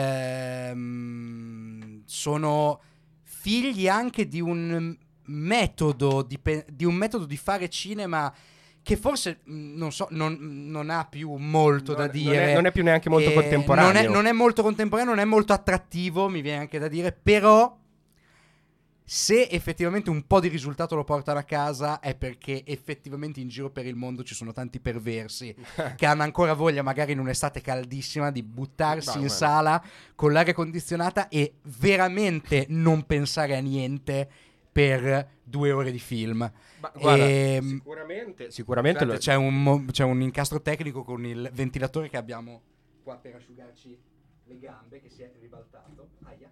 ehm, sono figli anche di un metodo di, pe- di un metodo di fare cinema che forse mh, non so, non, non ha più molto Non- da non dire. è- non è più neanche molto E contemporaneo. Non è, non è molto contemporaneo, non è molto attrattivo, mi viene anche da dire, però se effettivamente un po' di risultato lo portano a casa è perché effettivamente in giro per il mondo ci sono tanti perversi che hanno ancora voglia, magari in un'estate caldissima, di buttarsi Bah, in guarda. sala con l'aria condizionata e veramente non pensare a niente per due ore di film. Ma guarda, Ehm, sicuramente sicuramente lo- C'è un, mo- c'è un incastro tecnico con il ventilatore che abbiamo qua per asciugarci le gambe, che si è ribaltato. Aia.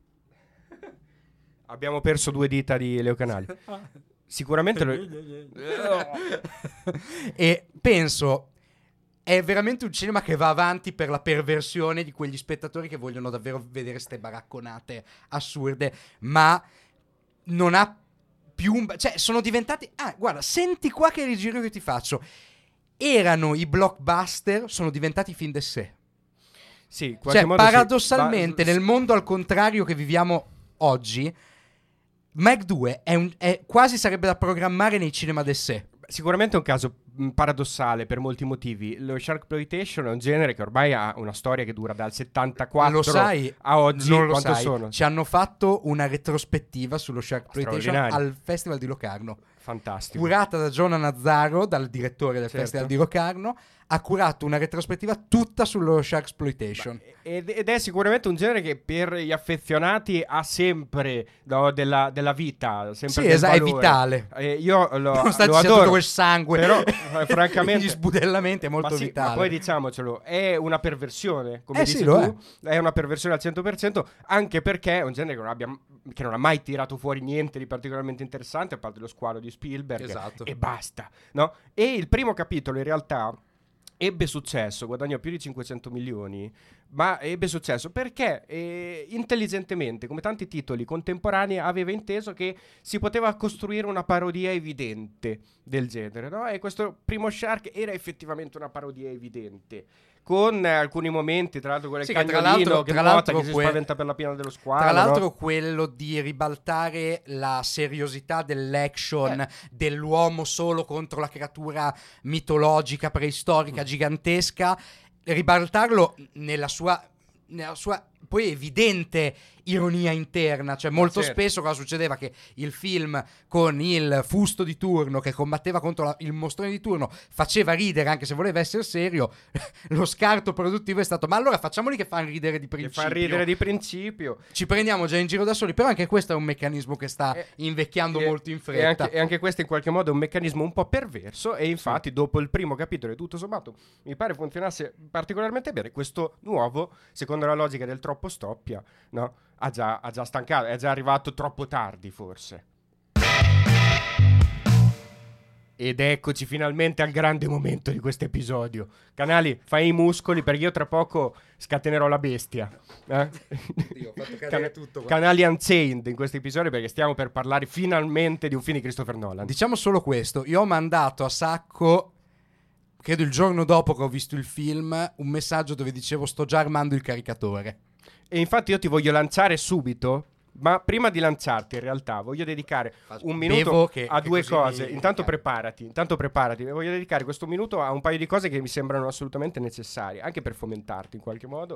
abbiamo perso due dita di Leo Canali. Sicuramente lo- E penso è veramente un cinema che va avanti per la perversione di quegli spettatori che vogliono davvero vedere ste baracconate assurde, ma non ha più un... cioè sono diventati... ah, guarda, senti qua che rigiro che ti faccio. Erano i blockbuster, sono diventati film de sé. sì, in qualche Cioè, modo sì. paradossalmente, Ma- nel mondo al contrario che viviamo oggi, Meg due è, un, è quasi sarebbe da programmare nei cinema de sé. Sicuramente è un caso mh, paradossale per molti motivi. Lo Sharkploitation è un genere che ormai ha una storia che dura dal settantaquattro Lo sai, a oggi. non lo Quanto sai. sono? Ci hanno fatto una retrospettiva sullo Sharkploitation Straordinario. al Festival di Locarno, Fantastico. curata da Giona Nazzaro, dal direttore del Certo. Festival di Locarno. Ha curato una retrospettiva tutta sullo Sharkploitation. Ed, ed è sicuramente un genere che per gli affezionati ha sempre no, della, della vita, sempre Sì, del esatto, è valore. vitale. Eh, io lo, Nonostante lo sia adoro, tutto quel sangue, però eh, francamente gli sbudellamenti è molto ma sì, vitale. ma poi diciamocelo, è una perversione, come Eh dici sì, lo tu, è. una perversione al cento per cento, anche perché è un genere che non, abbia, che non ha mai tirato fuori niente di particolarmente interessante, a parte lo squalo di Spielberg, Esatto. e basta, no? E il primo capitolo in realtà ebbe successo, guadagnò più di cinquecento milioni, ma ebbe successo perché eh, intelligentemente, come tanti titoli contemporanei, aveva inteso che si poteva costruire una parodia evidente del genere, no? E questo primo Shark era effettivamente una parodia evidente, con eh, alcuni momenti, tra l'altro quello Sì, del che tra cagnolino l'altro- che tra nuota, l'altro che si que- spaventa per la piana dello squalo, Tra l'altro no? quello di ribaltare la seriosità dell'action, Eh. dell'uomo solo contro la creatura mitologica, preistorica, Mm. gigantesca, ribaltarlo nella sua, nella sua poi evidente ironia interna, cioè molto certo. spesso cosa succedeva? Che il film con il fusto di turno che combatteva contro la- il mostrone di turno faceva ridere anche se voleva essere serio, lo scarto produttivo è stato ma allora facciamoli che fanno ridere di Che principio, fa ridere di principio. ci prendiamo già in giro da soli, però anche questo è un meccanismo che sta Eh, invecchiando e- molto in E fretta. anche, e anche questo in qualche modo è un meccanismo un po' perverso e infatti dopo il primo capitolo e tutto sommato mi pare funzionasse particolarmente bene. Questo nuovo, secondo la logica del troppo stoppia, no? Ha già, ha già stancato, è già arrivato troppo tardi forse. Ed eccoci finalmente al grande momento di questo episodio. Canali, fai i muscoli perché io tra poco scatenerò la bestia. Eh? Io ho fatto cadere Cana- tutto, guarda. Canali Unchained in questo episodio perché stiamo per parlare finalmente di un film di Christopher Nolan. Diciamo solo questo, io ho mandato a Sacco, credo il giorno dopo che ho visto il film, un messaggio dove dicevo sto già armando il caricatore. E infatti io ti voglio lanciare subito, ma prima di lanciarti in realtà voglio dedicare un Bevo minuto che- a che due così cose. mi- Intanto mi- preparati, intanto preparati. Voglio dedicare questo minuto a un paio di cose che mi sembrano assolutamente necessarie, anche per fomentarti in qualche modo.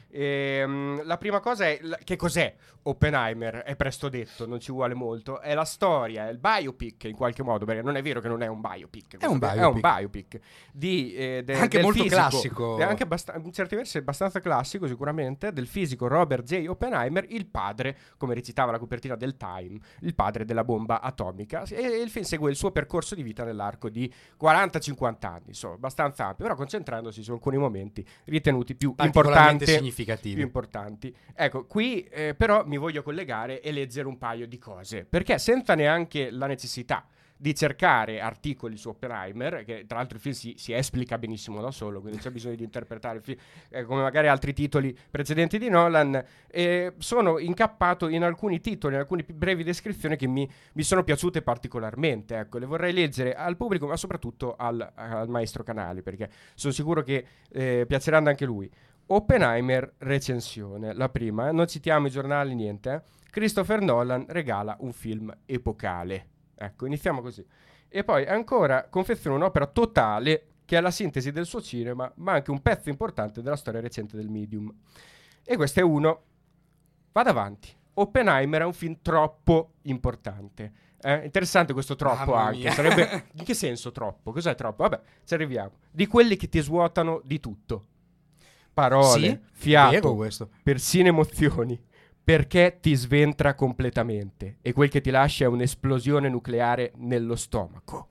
Ehm, la prima cosa è la- che cos'è Oppenheimer? È presto detto, non ci vuole molto. È la storia, è il biopic in qualche modo, perché non è vero che non è un biopic. È un questo è un biopic. biopic di, eh, de- Anche del molto fisico, classico. è anche abbast- in certi versi abbastanza classico sicuramente, del fisico Robert J. Oppenheimer, il padre, come recitava la copertina del Time, il padre della bomba atomica. E, e il film segue il suo percorso di vita nell'arco di quaranta cinquanta anni, insomma, abbastanza ampio, però concentrandosi su alcuni momenti ritenuti più Particolarmente importanti, significativi. più importanti. Ecco, qui eh, però mi voglio collegare e leggere un paio di cose, perché senza neanche la necessità di cercare articoli su Oppenheimer, che tra l'altro il film si, si esplica benissimo da solo, quindi non c'è bisogno di interpretare il film eh, come magari altri titoli precedenti di Nolan. Eh, sono incappato in alcuni titoli, in alcune brevi descrizioni che mi, mi sono piaciute particolarmente. Ecco, le vorrei leggere al pubblico, ma soprattutto al, al maestro Canali, perché sono sicuro che eh, piaceranno anche lui. Oppenheimer recensione, la prima, eh? Non citiamo i giornali, niente. Eh? Christopher Nolan regala un film epocale. Ecco, iniziamo così. E poi ancora confeziona un'opera totale che è la sintesi del suo cinema, ma anche un pezzo importante della storia recente del medium. E questo è uno. Vado avanti. Oppenheimer è un film troppo importante. Eh? Interessante questo troppo Mamma anche. mia. Sarebbe... In che senso troppo? Cos'è troppo? Vabbè, ci arriviamo. Di quelli che ti svuotano di tutto. Parole, Sì, fiato, vero questo. persino emozioni. Perché ti sventra completamente e quel che ti lascia è un'esplosione nucleare nello stomaco.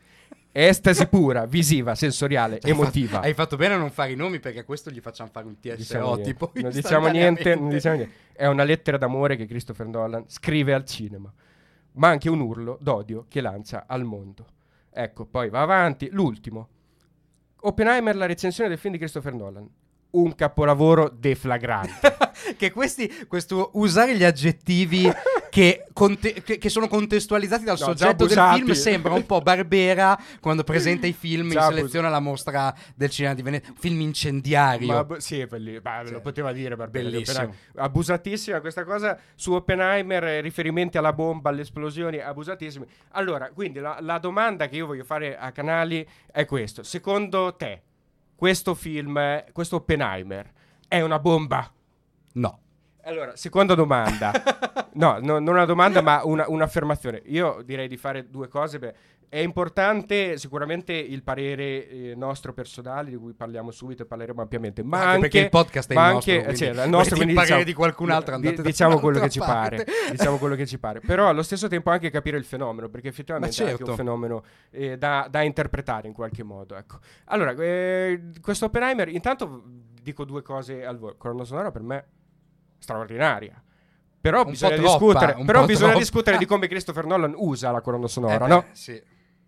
Estasi pura, visiva, sensoriale, Hai emotiva. Fatto, hai fatto bene a non fare i nomi, perché a questo gli facciamo fare un T S O Diciamo niente. tipo non diciamo niente, non istantaneamente. diciamo niente. È una lettera d'amore che Christopher Nolan scrive al cinema, ma anche un urlo d'odio che lancia al mondo. Ecco, poi va avanti. L'ultimo. Oppenheimer, la recensione del film di Christopher Nolan. Un capolavoro deflagrante. Che questi, questo usare gli aggettivi che, conte- che, che sono contestualizzati dal No, soggetto già del abusati. film sembra un po' Barbera quando presenta i film Già in abus- selezione alla mostra del cinema di Venezia. Film incendiario. Ma bu- sì, belli- bah, Sì. lo poteva dire Barbera, Bellissimo. Oppenheimer. Abusatissima questa cosa su Oppenheimer, eh, riferimenti alla bomba, alle esplosioni, abusatissimi. Allora, quindi la, la domanda che io voglio fare a Canali è questo. Secondo te, questo film, eh, questo Oppenheimer, è una bomba? No. Allora, seconda domanda. No, no, non una domanda, ma una, un'affermazione. Io direi di fare due cose. Beh, è importante sicuramente il parere eh, nostro personale, di cui parliamo subito e parleremo ampiamente, ma Anche anche, perché il podcast è ma il nostro, anche, quindi cioè, il volete nostro, il quindi parere diciamo- di qualcun altro, di- andate da diciamo quello che ci un'altra pare, parte. diciamo quello che ci pare. Però allo stesso tempo anche capire il fenomeno, perché effettivamente Ma è anche certo. un fenomeno eh, da, da interpretare in qualche modo. Ecco. Allora, eh, questo Oppenheimer, intanto dico due cose al volo. Colonna sonora per me straordinaria. Però Un bisogna po' troppa, discutere, un però po' bisogna troppa. discutere di come Christopher Nolan usa la colonna sonora, Eh beh, no? Sì.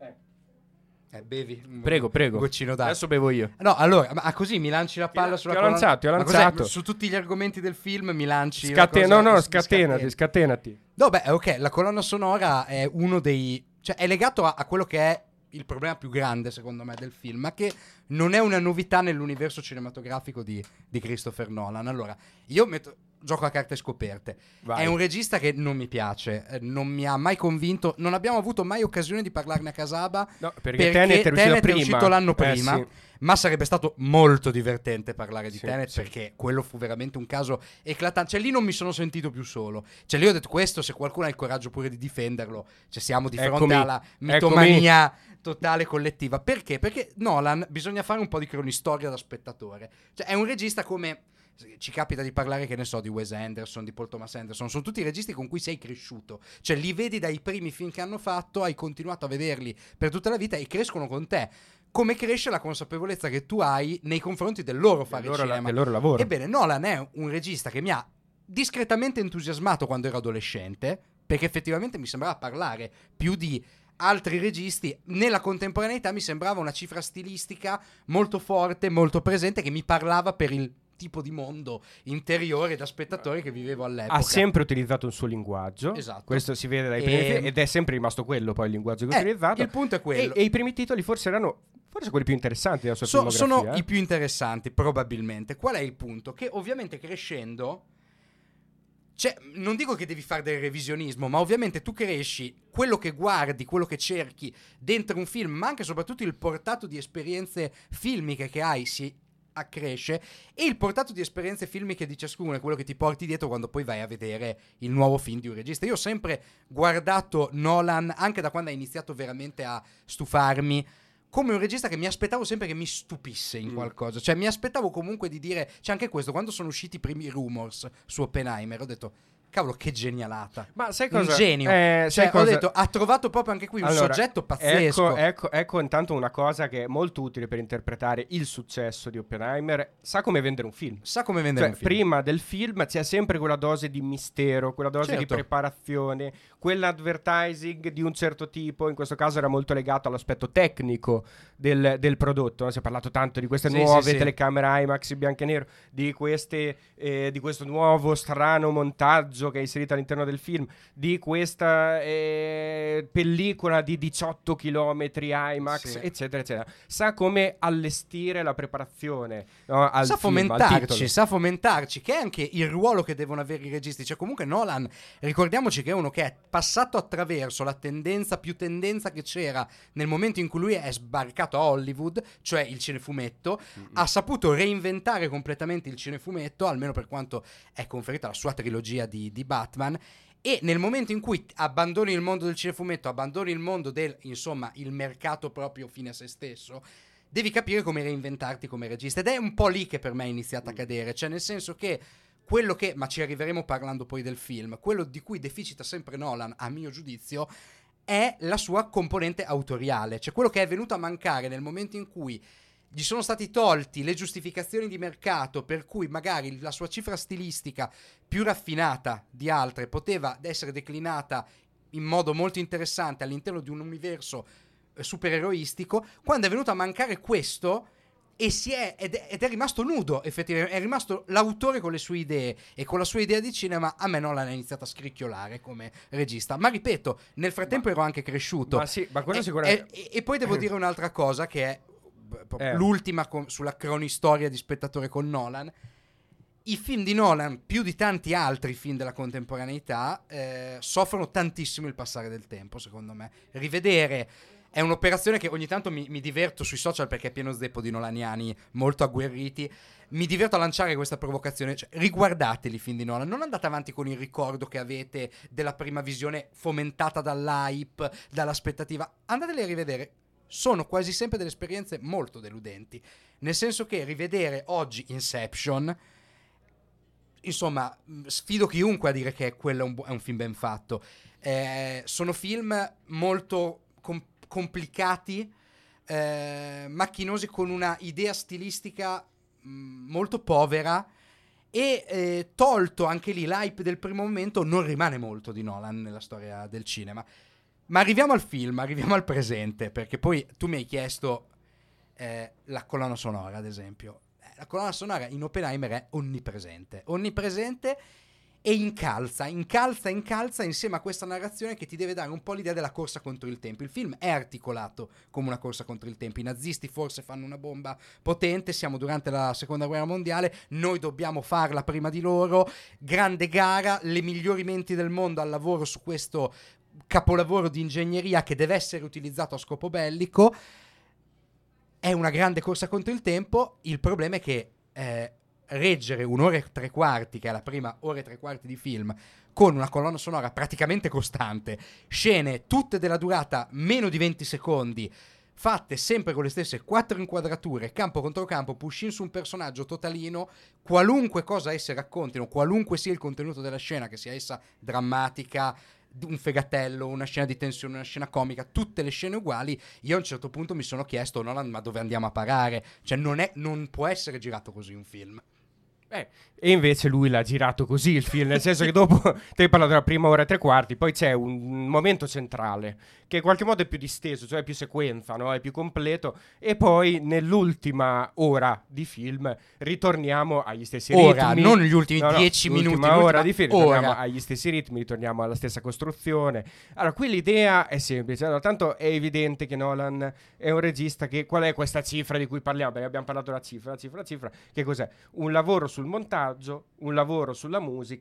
Eh, bevi. un- Prego, prego. Un goccino d'acqua. Adesso bevo io. No, allora, ma così mi lanci la palla Ti- sulla ti ho colonna- lanciato, ti ho Ma cos'è? lanciato. Su tutti gli argomenti del film mi lanci la Scate- cosa- no, no, s- scatenati, scateni. scatenati. No, beh, ok, la colonna sonora è uno dei... cioè è legato a, a quello che è il problema più grande, secondo me, del film, ma che non è una novità nell'universo cinematografico di, di Christopher Nolan. Allora, io metto... gioco a carte scoperte. Vai. È un regista che non mi piace, eh, non mi ha mai convinto, non abbiamo avuto mai occasione di parlarne a Casaba, No, perché Tenet è uscito Tenet prima. è uscito l'anno Eh, prima, sì. ma sarebbe stato molto divertente parlare di Sì, Tenet, sì. perché quello fu veramente un caso eclatante. Cioè lì non mi sono sentito più solo. Cioè lì ho detto, questo, se qualcuno ha il coraggio pure di difenderlo, cioè siamo di fronte Eccomi, alla mitomania totale collettiva. Perché? Perché Nolan bisogna fare un po' di cronistoria da spettatore. Cioè è un regista come... ci capita di parlare, che ne so, di Wes Anderson, di Paul Thomas Anderson, sono tutti registi con cui sei cresciuto, cioè li vedi dai primi film che hanno fatto, hai continuato a vederli per tutta la vita e crescono con te, come cresce la consapevolezza che tu hai nei confronti del loro fare Del loro, la- cinema. del loro lavoro. Ebbene, Nolan è un regista che mi ha discretamente entusiasmato quando ero adolescente, perché effettivamente mi sembrava parlare più di altri registi. Nella contemporaneità mi sembrava una cifra stilistica molto forte, molto presente, che mi parlava per il tipo di mondo interiore da spettatore che vivevo all'epoca. Ha sempre utilizzato un suo linguaggio. Esatto. Questo si vede dai E- primi film, ed è sempre rimasto quello poi il linguaggio che ha Eh, utilizzato. il punto è quello. E, e i primi titoli forse erano forse quelli più interessanti della sua So- filmografia. sono eh. i più interessanti, probabilmente. Qual è il punto? Che ovviamente crescendo, cioè, non dico che devi fare del revisionismo, ma ovviamente tu cresci, quello che guardi, quello che cerchi dentro un film, ma anche e soprattutto il portato di esperienze filmiche che hai si accresce, e il portato di esperienze filmiche di ciascuno è quello che ti porti dietro quando poi vai a vedere il nuovo film di un regista. Io ho sempre guardato Nolan, anche da quando ha iniziato veramente a stufarmi, come un regista che mi aspettavo sempre che mi stupisse in qualcosa. Cioè mi aspettavo comunque di dire, c'è anche questo, quando sono usciti i primi rumors su Oppenheimer ho detto cavolo che genialata, ma sai cosa? Un genio, eh, cioè, ho cosa? detto ha trovato proprio anche qui un allora, soggetto pazzesco. Ecco, ecco, ecco intanto una cosa che è molto utile per interpretare il successo di Oppenheimer: sa come vendere un film. Sa come vendere Cioè, un film. prima del film c'è sempre quella dose di mistero, quella dose Certo. di preparazione, quell'advertising di un certo tipo. In questo caso era molto legato all'aspetto tecnico del, del prodotto, no? Si è parlato tanto di queste Sì, nuove sì, sì. telecamere IMAX in bianco e nero, di, queste, eh, di questo nuovo strano montaggio che è inserito all'interno del film, di questa eh, pellicola di diciotto chilometri IMAX, Sì. eccetera eccetera. Sa come allestire la preparazione, no, al sa film, al fomentarci, titolo. sa fomentarci, che è anche il ruolo che devono avere i registi. Cioè comunque Nolan, ricordiamoci che è uno che è passato attraverso la tendenza più tendenza che c'era nel momento in cui lui è sbarcato a Hollywood, cioè il cinefumetto. Mm-hmm. Ha saputo reinventare completamente il cinefumetto, almeno per quanto è conferita la sua trilogia di, di Batman. E nel momento in cui abbandoni il mondo del cinefumetto, abbandoni il mondo del, insomma, il mercato proprio fine a se stesso, devi capire come reinventarti come regista. Ed è un po' lì che per me è iniziata a cadere. Cioè nel senso che quello che, ma ci arriveremo parlando poi del film, quello di cui deficita sempre Nolan, a mio giudizio, è la sua componente autoriale. Cioè quello che è venuto a mancare nel momento in cui gli sono stati tolti le giustificazioni di mercato per cui magari la sua cifra stilistica più raffinata di altre poteva essere declinata in modo molto interessante all'interno di un universo eh, supereroistico. Quando è venuto a mancare questo e si è ed, è ed è rimasto nudo, effettivamente è rimasto l'autore con le sue idee e con la sua idea di cinema, a me Nolan ha iniziato a scricchiolare come regista. Ma ripeto, nel frattempo ma, ero anche cresciuto. Ma sì, ma quello e, sicuramente. E, e poi devo dire un'altra cosa che è Eh. l'ultima con, sulla cronistoria di Spettatore con Nolan. I film di Nolan, più di tanti altri film della contemporaneità, eh, soffrono tantissimo il passare del tempo, secondo me. Rivedere è un'operazione che ogni tanto mi, mi diverto sui social, perché è pieno zeppo di nolaniani molto agguerriti. Mi diverto a lanciare questa provocazione, cioè, riguardateli i film di Nolan, non andate avanti con il ricordo che avete della prima visione fomentata dall'hype, dall'aspettativa, andateli a rivedere. Sono quasi sempre delle esperienze molto deludenti, nel senso che rivedere oggi Inception, insomma, sfido chiunque a dire che quello è un, è un film ben fatto. Eh, sono film molto com- complicati, eh, macchinosi, con una idea stilistica mh, molto povera, e eh, tolto anche lì l'hype del primo momento, non rimane molto di Nolan nella storia del cinema. Ma arriviamo al film, arriviamo al presente, perché poi tu mi hai chiesto eh, la colonna sonora, ad esempio. Eh, la colonna sonora in Oppenheimer è onnipresente, onnipresente e incalza, incalza, incalza insieme a questa narrazione che ti deve dare un po' l'idea della corsa contro il tempo. Il film è articolato come una corsa contro il tempo. I nazisti forse fanno una bomba potente, siamo durante la seconda guerra mondiale, noi dobbiamo farla prima di loro, grande gara, le migliori menti del mondo al lavoro su questo capolavoro di ingegneria che deve essere utilizzato a scopo bellico. È una grande corsa contro il tempo. Il problema è che eh, reggere un'ora e tre quarti, che è la prima ora e tre quarti di film, con una colonna sonora praticamente costante, scene tutte della durata meno di venti secondi, fatte sempre con le stesse quattro inquadrature, campo contro campo, push in su un personaggio totalino, qualunque cosa esse raccontino, qualunque sia il contenuto della scena, che sia essa drammatica, un fegatello, una scena di tensione, una scena comica, tutte le scene uguali. Io a un certo punto mi sono chiesto, Nolan, ma dove andiamo a parare? Cioè non, è, non può essere girato così un film. Eh, e invece lui l'ha girato così il film, nel senso che dopo ti hai parlato della prima ora e tre quarti, poi c'è un momento centrale che in qualche modo è più disteso, cioè è più sequenza, no? È più completo, e poi nell'ultima ora di film ritorniamo agli stessi ora, ritmi. non gli ultimi no, no, dieci minuti, l'ultima ora di film, ora. ritorniamo agli stessi ritmi, ritorniamo alla stessa costruzione. Allora, qui l'idea è semplice. Allora, tanto è evidente che Nolan è un regista che, qual è questa cifra di cui parliamo? Perché abbiamo parlato della cifra, la cifra, la cifra, che cos'è? Un lavoro sul montaggio, un lavoro sulla musica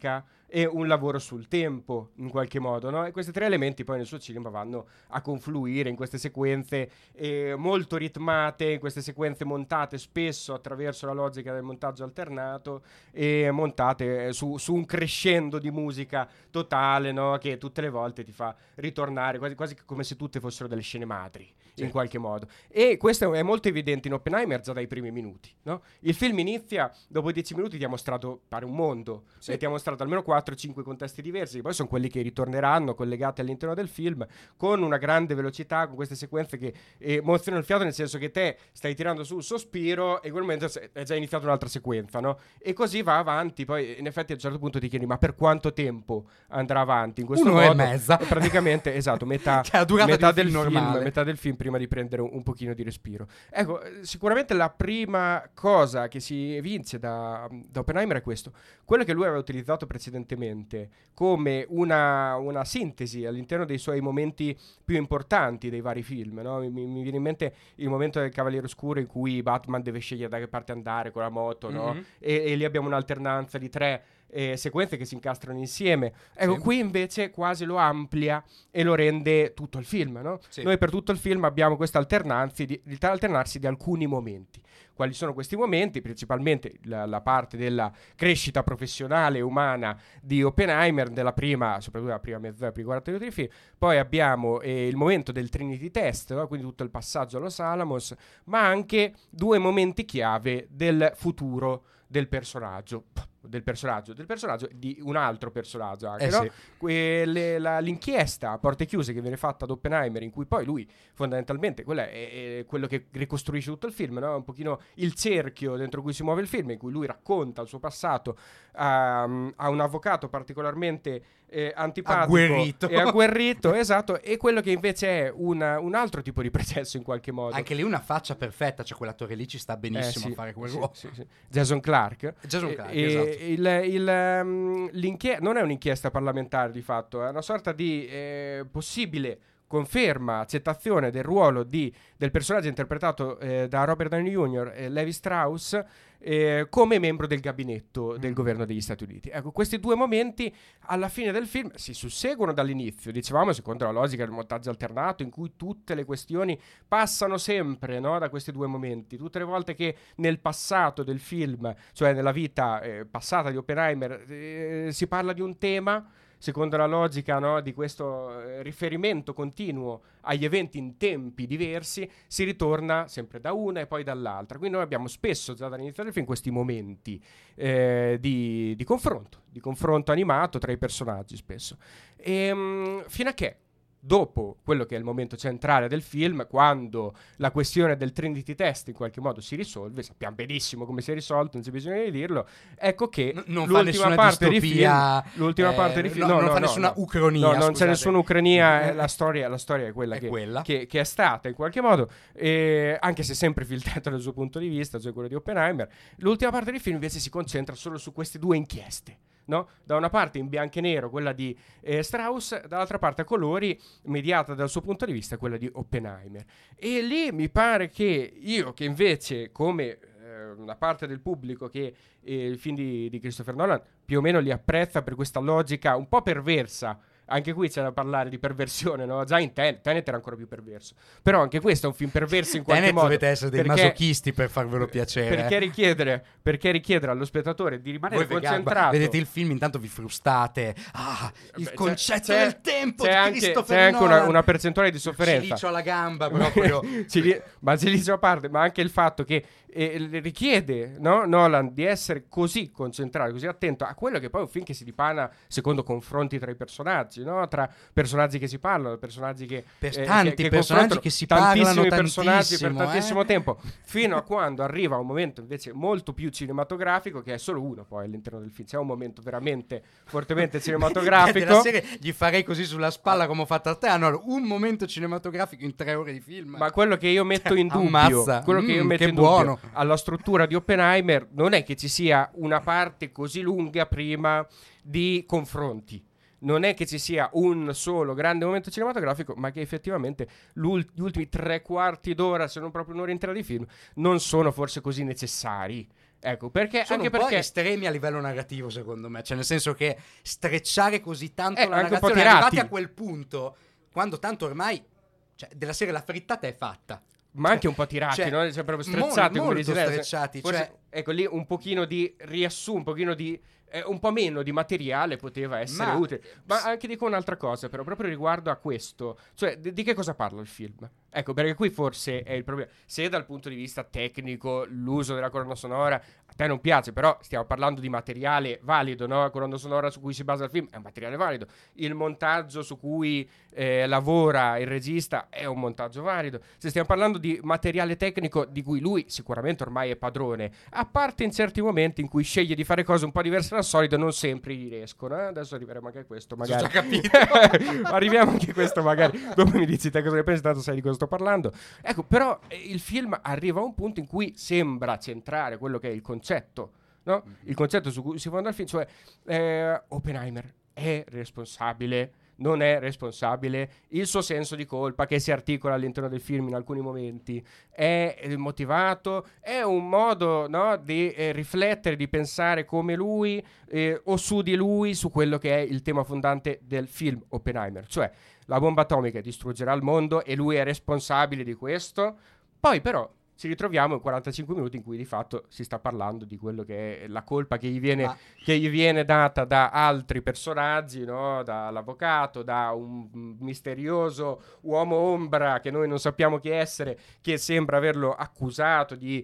e un lavoro sul tempo in qualche modo, no? E questi tre elementi poi nel suo cinema vanno a confluire in queste sequenze eh, molto ritmate, in queste sequenze montate spesso attraverso la logica del montaggio alternato e montate eh, su, su un crescendo di musica totale, no? Che tutte le volte ti fa ritornare quasi, quasi come se tutte fossero delle scene madri, sì, in qualche modo. E questo è molto evidente in Oppenheimer già dai primi minuti, no? Il film inizia, dopo dieci minuti ti ha mostrato, pare, un mondo, sì, e ti ha mostrato almeno quattro o cinque contesti diversi, poi sono quelli che ritorneranno collegati all'interno del film con una grande velocità, con queste sequenze che eh, mostrano il fiato, nel senso che te stai tirando su un sospiro e in quel momento è già iniziata un'altra sequenza, no? E così va avanti, poi in effetti a un certo punto ti chiedi ma per quanto tempo andrà avanti in questo Un'ora modo? e mezza. E praticamente, esatto, metà, cioè, metà del, del film, film, metà del film prima di prendere un, un pochino di respiro. Ecco, sicuramente la prima cosa che si evince da, da Oppenheimer è questo. Quello che lui aveva utilizzato precedentemente come una, una sintesi all'interno dei suoi momenti più importanti dei vari film, no? mi, mi viene in mente il momento del Cavaliere Oscuro in cui Batman deve scegliere da che parte andare con la moto, no? Mm-hmm. e, e lì abbiamo un'alternanza di tre eh, sequenze che si incastrano insieme. Ecco, sì, qui invece quasi lo amplia e lo rende tutto il film, no? Sì. Noi per tutto il film abbiamo questa alternanza di, di alternarsi di alcuni momenti. Quali sono questi momenti? Principalmente la, la parte della crescita professionale e umana di Oppenheimer, della prima, soprattutto la prima mezz'ora, primi quaranta minuti di film. Poi abbiamo eh, il momento del Trinity Test, no? Quindi tutto il passaggio allo Alamos, ma anche due momenti chiave del futuro del personaggio. del personaggio del personaggio di un altro personaggio anche, eh no? Sì. Que- le, la, l'inchiesta a porte chiuse che viene fatta ad Oppenheimer, in cui poi lui fondamentalmente quello è, è quello che ricostruisce tutto il film, no? Un pochino il cerchio dentro cui si muove il film, in cui lui racconta il suo passato a, a un avvocato particolarmente eh, antipatico agguerrito. e agguerrito esatto, e quello che invece è una, un altro tipo di processo in qualche modo. Anche lì una faccia perfetta, cioè quell'attore lì ci sta benissimo eh, sì, a fare quel sì, ruolo. sì, sì. Jason Clarke Jason Clarke, e, esatto. Il, il, um, l'inchiesta non è un'inchiesta parlamentare di fatto, è una sorta di eh, possibile conferma, accettazione del ruolo di, del personaggio interpretato eh, da Robert Downey junior e Levi Strauss eh, come membro del gabinetto del mm. governo degli Stati Uniti. Ecco, questi due momenti alla fine del film si susseguono dall'inizio, dicevamo secondo la logica del montaggio alternato, in cui tutte le questioni passano sempre, no, da questi due momenti. Tutte le volte che nel passato del film, cioè nella vita eh, passata di Oppenheimer, eh, si parla di un tema, secondo la logica, no, di questo eh, riferimento continuo agli eventi in tempi diversi, si ritorna sempre da una e poi dall'altra. Quindi noi abbiamo spesso, già dall'inizio del film, questi momenti eh, di, di confronto, di confronto animato tra i personaggi spesso. E, mh, fino a che dopo quello che è il momento centrale del film, quando la questione del Trinity Test in qualche modo si risolve, sappiamo benissimo come si è risolto, non c'è bisogno di dirlo, ecco che N- non l'ultima fa parte di film, l'ultima eh, parte di film, no, no, non no, fa no, nessuna no. ucronia, no, non scusate. c'è nessuna ucronia, eh, la storia, la storia è quella, è, che, quella. Che, che è stata in qualche modo, eh, anche se sempre filtrata dal suo punto di vista, cioè quello di Oppenheimer. L'ultima parte del film invece si concentra solo su queste due inchieste. No? Da una parte in bianco e nero quella di eh, Strauss, dall'altra parte a colori, mediata dal suo punto di vista quella di Oppenheimer. E lì mi pare che io, che invece come eh, una parte del pubblico che eh, il film di, di Christopher Nolan più o meno li apprezza per questa logica un po' perversa. Anche qui c'è da parlare di perversione, no? Già in Tenet, Tenet era ancora più perverso. Però anche questo è un film perverso in qualche Tenet modo. Dovete essere dei perché, masochisti per farvelo piacere. Perché richiedere, perché richiedere allo spettatore di rimanere Voi concentrato. Vedete il film, intanto vi frustate. Ah, il Beh, concetto c'è, del tempo c'è di anche, Christopher c'è anche Nolan. una, una percentuale di sofferenza. Cilicio alla gamba proprio. Cili- ma cilicio a parte, ma anche il fatto che eh, richiede, no, Nolan di essere così concentrato, così attento a quello che poi è un film che si dipana secondo confronti tra i personaggi, no? Tra personaggi che si parlano, personaggi che per eh, tanti che, che personaggi che si parlano tantissimi personaggi per tantissimo eh? tempo, fino a quando arriva un momento invece molto più cinematografico, che è solo uno poi all'interno del film. C'è un momento veramente fortemente cinematografico. Della serie gli farei così sulla spalla come ho fatto a te. Allora, un momento cinematografico in tre ore di film. Ma quello che io metto in dubbio, Ammazza. quello che io Mm, metto che in buono. dubbio alla struttura di Oppenheimer non è che ci sia una parte così lunga prima di confronti. Non è che ci sia un solo grande momento cinematografico, ma che effettivamente l'ult- gli ultimi tre quarti d'ora, se non proprio un'ora intera di film, non sono forse così necessari. Ecco, perché sono anche un po' perché estremi a livello narrativo, secondo me. Cioè, nel senso che strecciare così tanto Eh, la anche un po' narrazione, tirati. arrivati a quel punto, quando tanto ormai, cioè, della serie la frittata è fatta. ma anche un po' tirati, Cioè, no? Cioè, proprio mol- strezzati, come molto dici te. strecciati, Forse, cioè- ecco lì un pochino di riassunto, un pochino di eh, un po' meno di materiale poteva essere Ma- utile. Ma anche dico un'altra cosa, però, proprio riguardo a questo, cioè, di, di che cosa parla il film? Ecco, perché qui forse è il problema. Se dal punto di vista tecnico l'uso della colonna sonora a te non piace, però stiamo parlando di materiale valido, no? La colonna sonora su cui si basa il film è un materiale valido. Il montaggio su cui eh, lavora il regista è un montaggio valido. Se stiamo parlando di materiale tecnico di cui lui sicuramente ormai è padrone, a parte in certi momenti in cui sceglie di fare cose un po' diverse dal solito, non sempre gli riescono. Eh? Adesso arriveremo anche a questo, magari. Ho già capito. Arriviamo anche a questo, magari. Dopo mi dici te cosa ne pensi, tanto sai di cosa sto parlando. Ecco, però eh, il film arriva a un punto in cui sembra centrare quello che è il concetto, no? Il concetto su cui si fonda il film, cioè eh, Oppenheimer è responsabile, non è responsabile, il suo senso di colpa che si articola all'interno del film in alcuni momenti è eh, motivato, è un modo, no, di eh, riflettere, di pensare come lui eh, o su di lui, su quello che è il tema fondante del film Oppenheimer, cioè la bomba atomica distruggerà il mondo e lui è responsabile di questo. Poi però ci ritroviamo in quarantacinque minuti in cui di fatto si sta parlando di quello che è la colpa che gli viene, Ma- che gli viene data da altri personaggi, no? Dall'avvocato, da un misterioso uomo ombra che noi non sappiamo chi essere, che sembra averlo accusato di,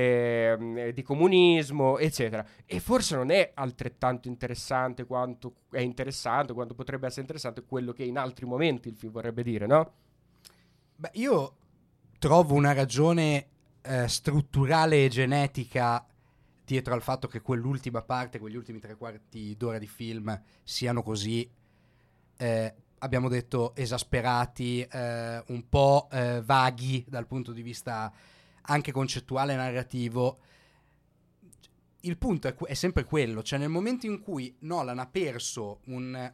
eh, di comunismo, eccetera. E forse non è altrettanto interessante quanto è interessante, quanto potrebbe essere interessante quello che in altri momenti il film vorrebbe dire, no? Beh, io trovo una ragione eh, strutturale e genetica dietro al fatto che quell'ultima parte, quegli ultimi tre quarti d'ora di film siano così, eh, abbiamo detto, esasperati, eh, un po' eh, vaghi dal punto di vista anche concettuale e narrativo. Il punto è, que- è sempre quello, cioè nel momento in cui Nolan ha perso un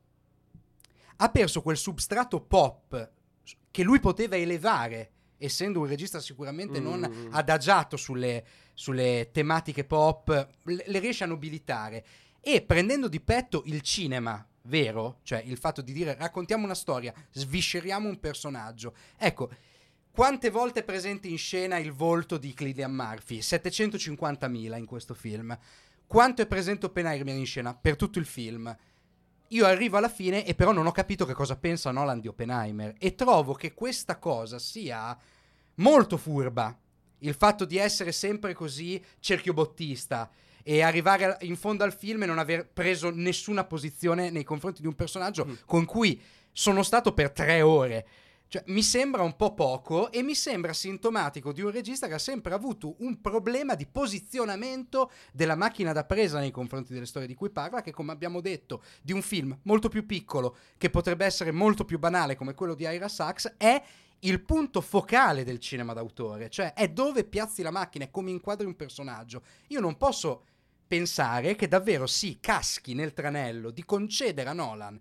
ha perso quel substrato pop che lui poteva elevare, essendo un regista sicuramente Mm. non adagiato sulle, sulle tematiche pop, le, le riesce a nobilitare, e prendendo di petto il cinema vero, cioè il fatto di dire raccontiamo una storia, svisceriamo un personaggio. Ecco, quante volte è presente in scena il volto di Cillian Murphy? settecentocinquantamila in questo film. Quanto è presente Oppenheimer in scena? Per tutto il film. Io arrivo alla fine e però non ho capito che cosa pensa Nolan di Oppenheimer, e trovo che questa cosa sia molto furba, il fatto di essere sempre così cerchiobottista e arrivare in fondo al film e non aver preso nessuna posizione nei confronti di un personaggio Mm. con cui sono stato per tre ore. Cioè, mi sembra un po' poco, e mi sembra sintomatico di un regista che ha sempre avuto un problema di posizionamento della macchina da presa nei confronti delle storie di cui parla, che, come abbiamo detto, di un film molto più piccolo, che potrebbe essere molto più banale come quello di Ira Sachs, è il punto focale del cinema d'autore, cioè è dove piazzi la macchina, è come inquadri un personaggio. Io non posso pensare che davvero si caschi nel tranello di concedere a Nolan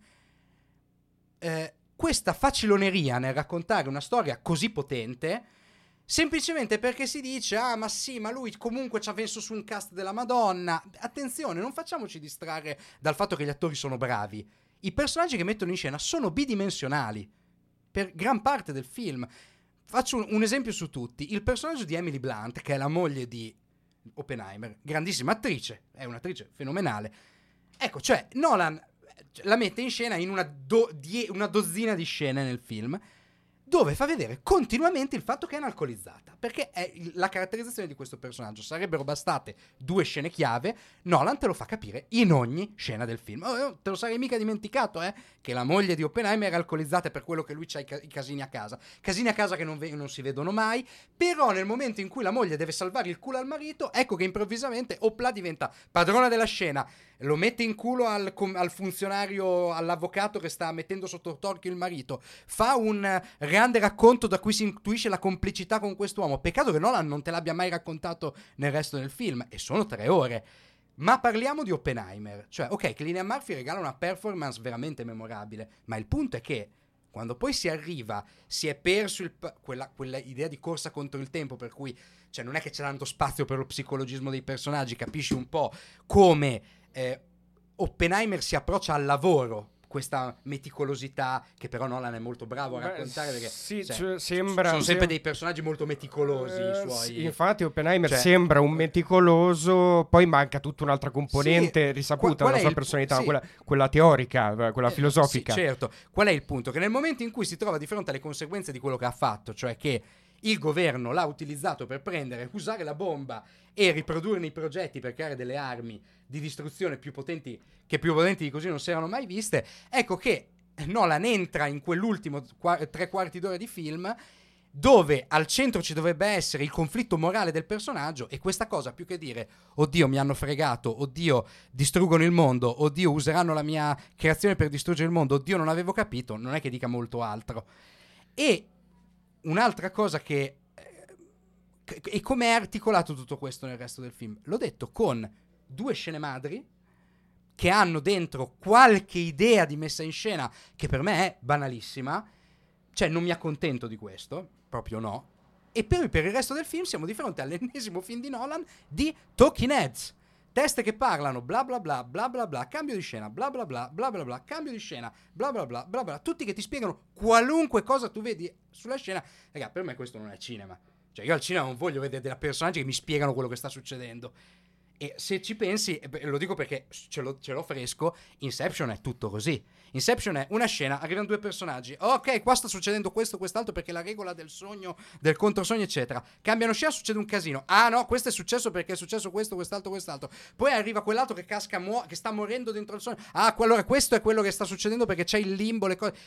eh, questa faciloneria nel raccontare una storia così potente, semplicemente perché si dice ah ma sì, ma lui comunque ci ha messo su un cast della Madonna. Attenzione, non facciamoci distrarre dal fatto che gli attori sono bravi. I personaggi che mettono in scena sono bidimensionali per gran parte del film. Faccio un, un esempio su tutti: il personaggio di Emily Blunt, che è la moglie di Oppenheimer, grandissima attrice, è un'attrice fenomenale. Ecco, cioè Nolan la mette in scena in una, do, die, una dozzina di scene nel film, dove fa vedere continuamente il fatto che è un'alcolizzata, perché è il, la caratterizzazione di questo personaggio. Sarebbero bastate due scene chiave, Nolan te lo fa capire in ogni scena del film. Oh, te lo sarei mica dimenticato, eh, che la moglie di Oppenheimer era alcolizzata, per quello che lui c'ha i, ca- i casini a casa, casini a casa che non, ve- non si vedono mai. Però nel momento in cui la moglie deve salvare il culo al marito, ecco che improvvisamente opla diventa padrona della scena, lo mette in culo al, com- al funzionario, all'avvocato che sta mettendo sotto torchio il marito, fa un grande racconto da cui si intuisce la complicità con quest'uomo. Peccato che Nolan non te l'abbia mai raccontato nel resto del film, e sono tre ore. Ma parliamo di Oppenheimer. Cioè, ok, Cillian Murphy regala una performance veramente memorabile, ma il punto è che Quando poi si arriva, si è perso il, quella, quella idea di corsa contro il tempo, per cui cioè non è che c'è tanto spazio per lo psicologismo dei personaggi, capisci un po' come eh, Oppenheimer si approccia al lavoro, questa meticolosità che però Nolan è molto bravo a Beh, raccontare, perché sì, cioè, cioè, sembra sono sempre sem- dei personaggi molto meticolosi, i Eh, suoi... sì, infatti Oppenheimer cioè- sembra un meticoloso, poi manca tutta un'altra componente Sì, risaputa qual- qual della è sua il- personalità, sì. quella, quella teorica, quella Eh, filosofica. Sì, certo. Qual è il punto? Che nel momento in cui si trova di fronte alle conseguenze di quello che ha fatto, cioè che il governo l'ha utilizzato per prendere, usare la bomba e riprodurne i progetti per creare delle armi di distruzione più potenti, che più potenti di così non si erano mai viste, ecco che Nolan entra in quell'ultimo qua- tre quarti d'ora di film dove al centro ci dovrebbe essere il conflitto morale del personaggio, e questa cosa, più che dire oddio mi hanno fregato, oddio distruggono il mondo, oddio useranno la mia creazione per distruggere il mondo, oddio non avevo capito, non è che dica molto altro. E un'altra cosa che eh, e come è articolato tutto questo nel resto del film, l'ho detto, con due scene madri che hanno dentro qualche idea di messa in scena che per me è banalissima, cioè non mi accontento di questo, proprio no, e poi per il resto del film siamo di fronte all'ennesimo film di Nolan di Talking Heads, teste che parlano bla bla bla bla bla bla, cambio di scena bla bla bla bla bla bla, cambio di scena bla bla bla bla bla, tutti che ti spiegano qualunque cosa tu vedi sulla scena. Raga, per me questo non è cinema, cioè io al cinema non voglio vedere dei personaggi che mi spiegano quello che sta succedendo. E se ci pensi, e beh, lo dico perché ce l'ho, ce l'ho fresco, Inception è tutto così. Inception è una scena, arrivano due personaggi, ok, qua sta succedendo questo, quest'altro, perché la regola del sogno, del controsogno, eccetera. Cambiano scena, succede un casino. Ah no, questo è successo perché è successo questo, quest'altro, quest'altro. Poi arriva quell'altro che casca, muo- che sta morendo dentro il sogno. Ah, allora questo è quello che sta succedendo perché c'è il limbo, le cose...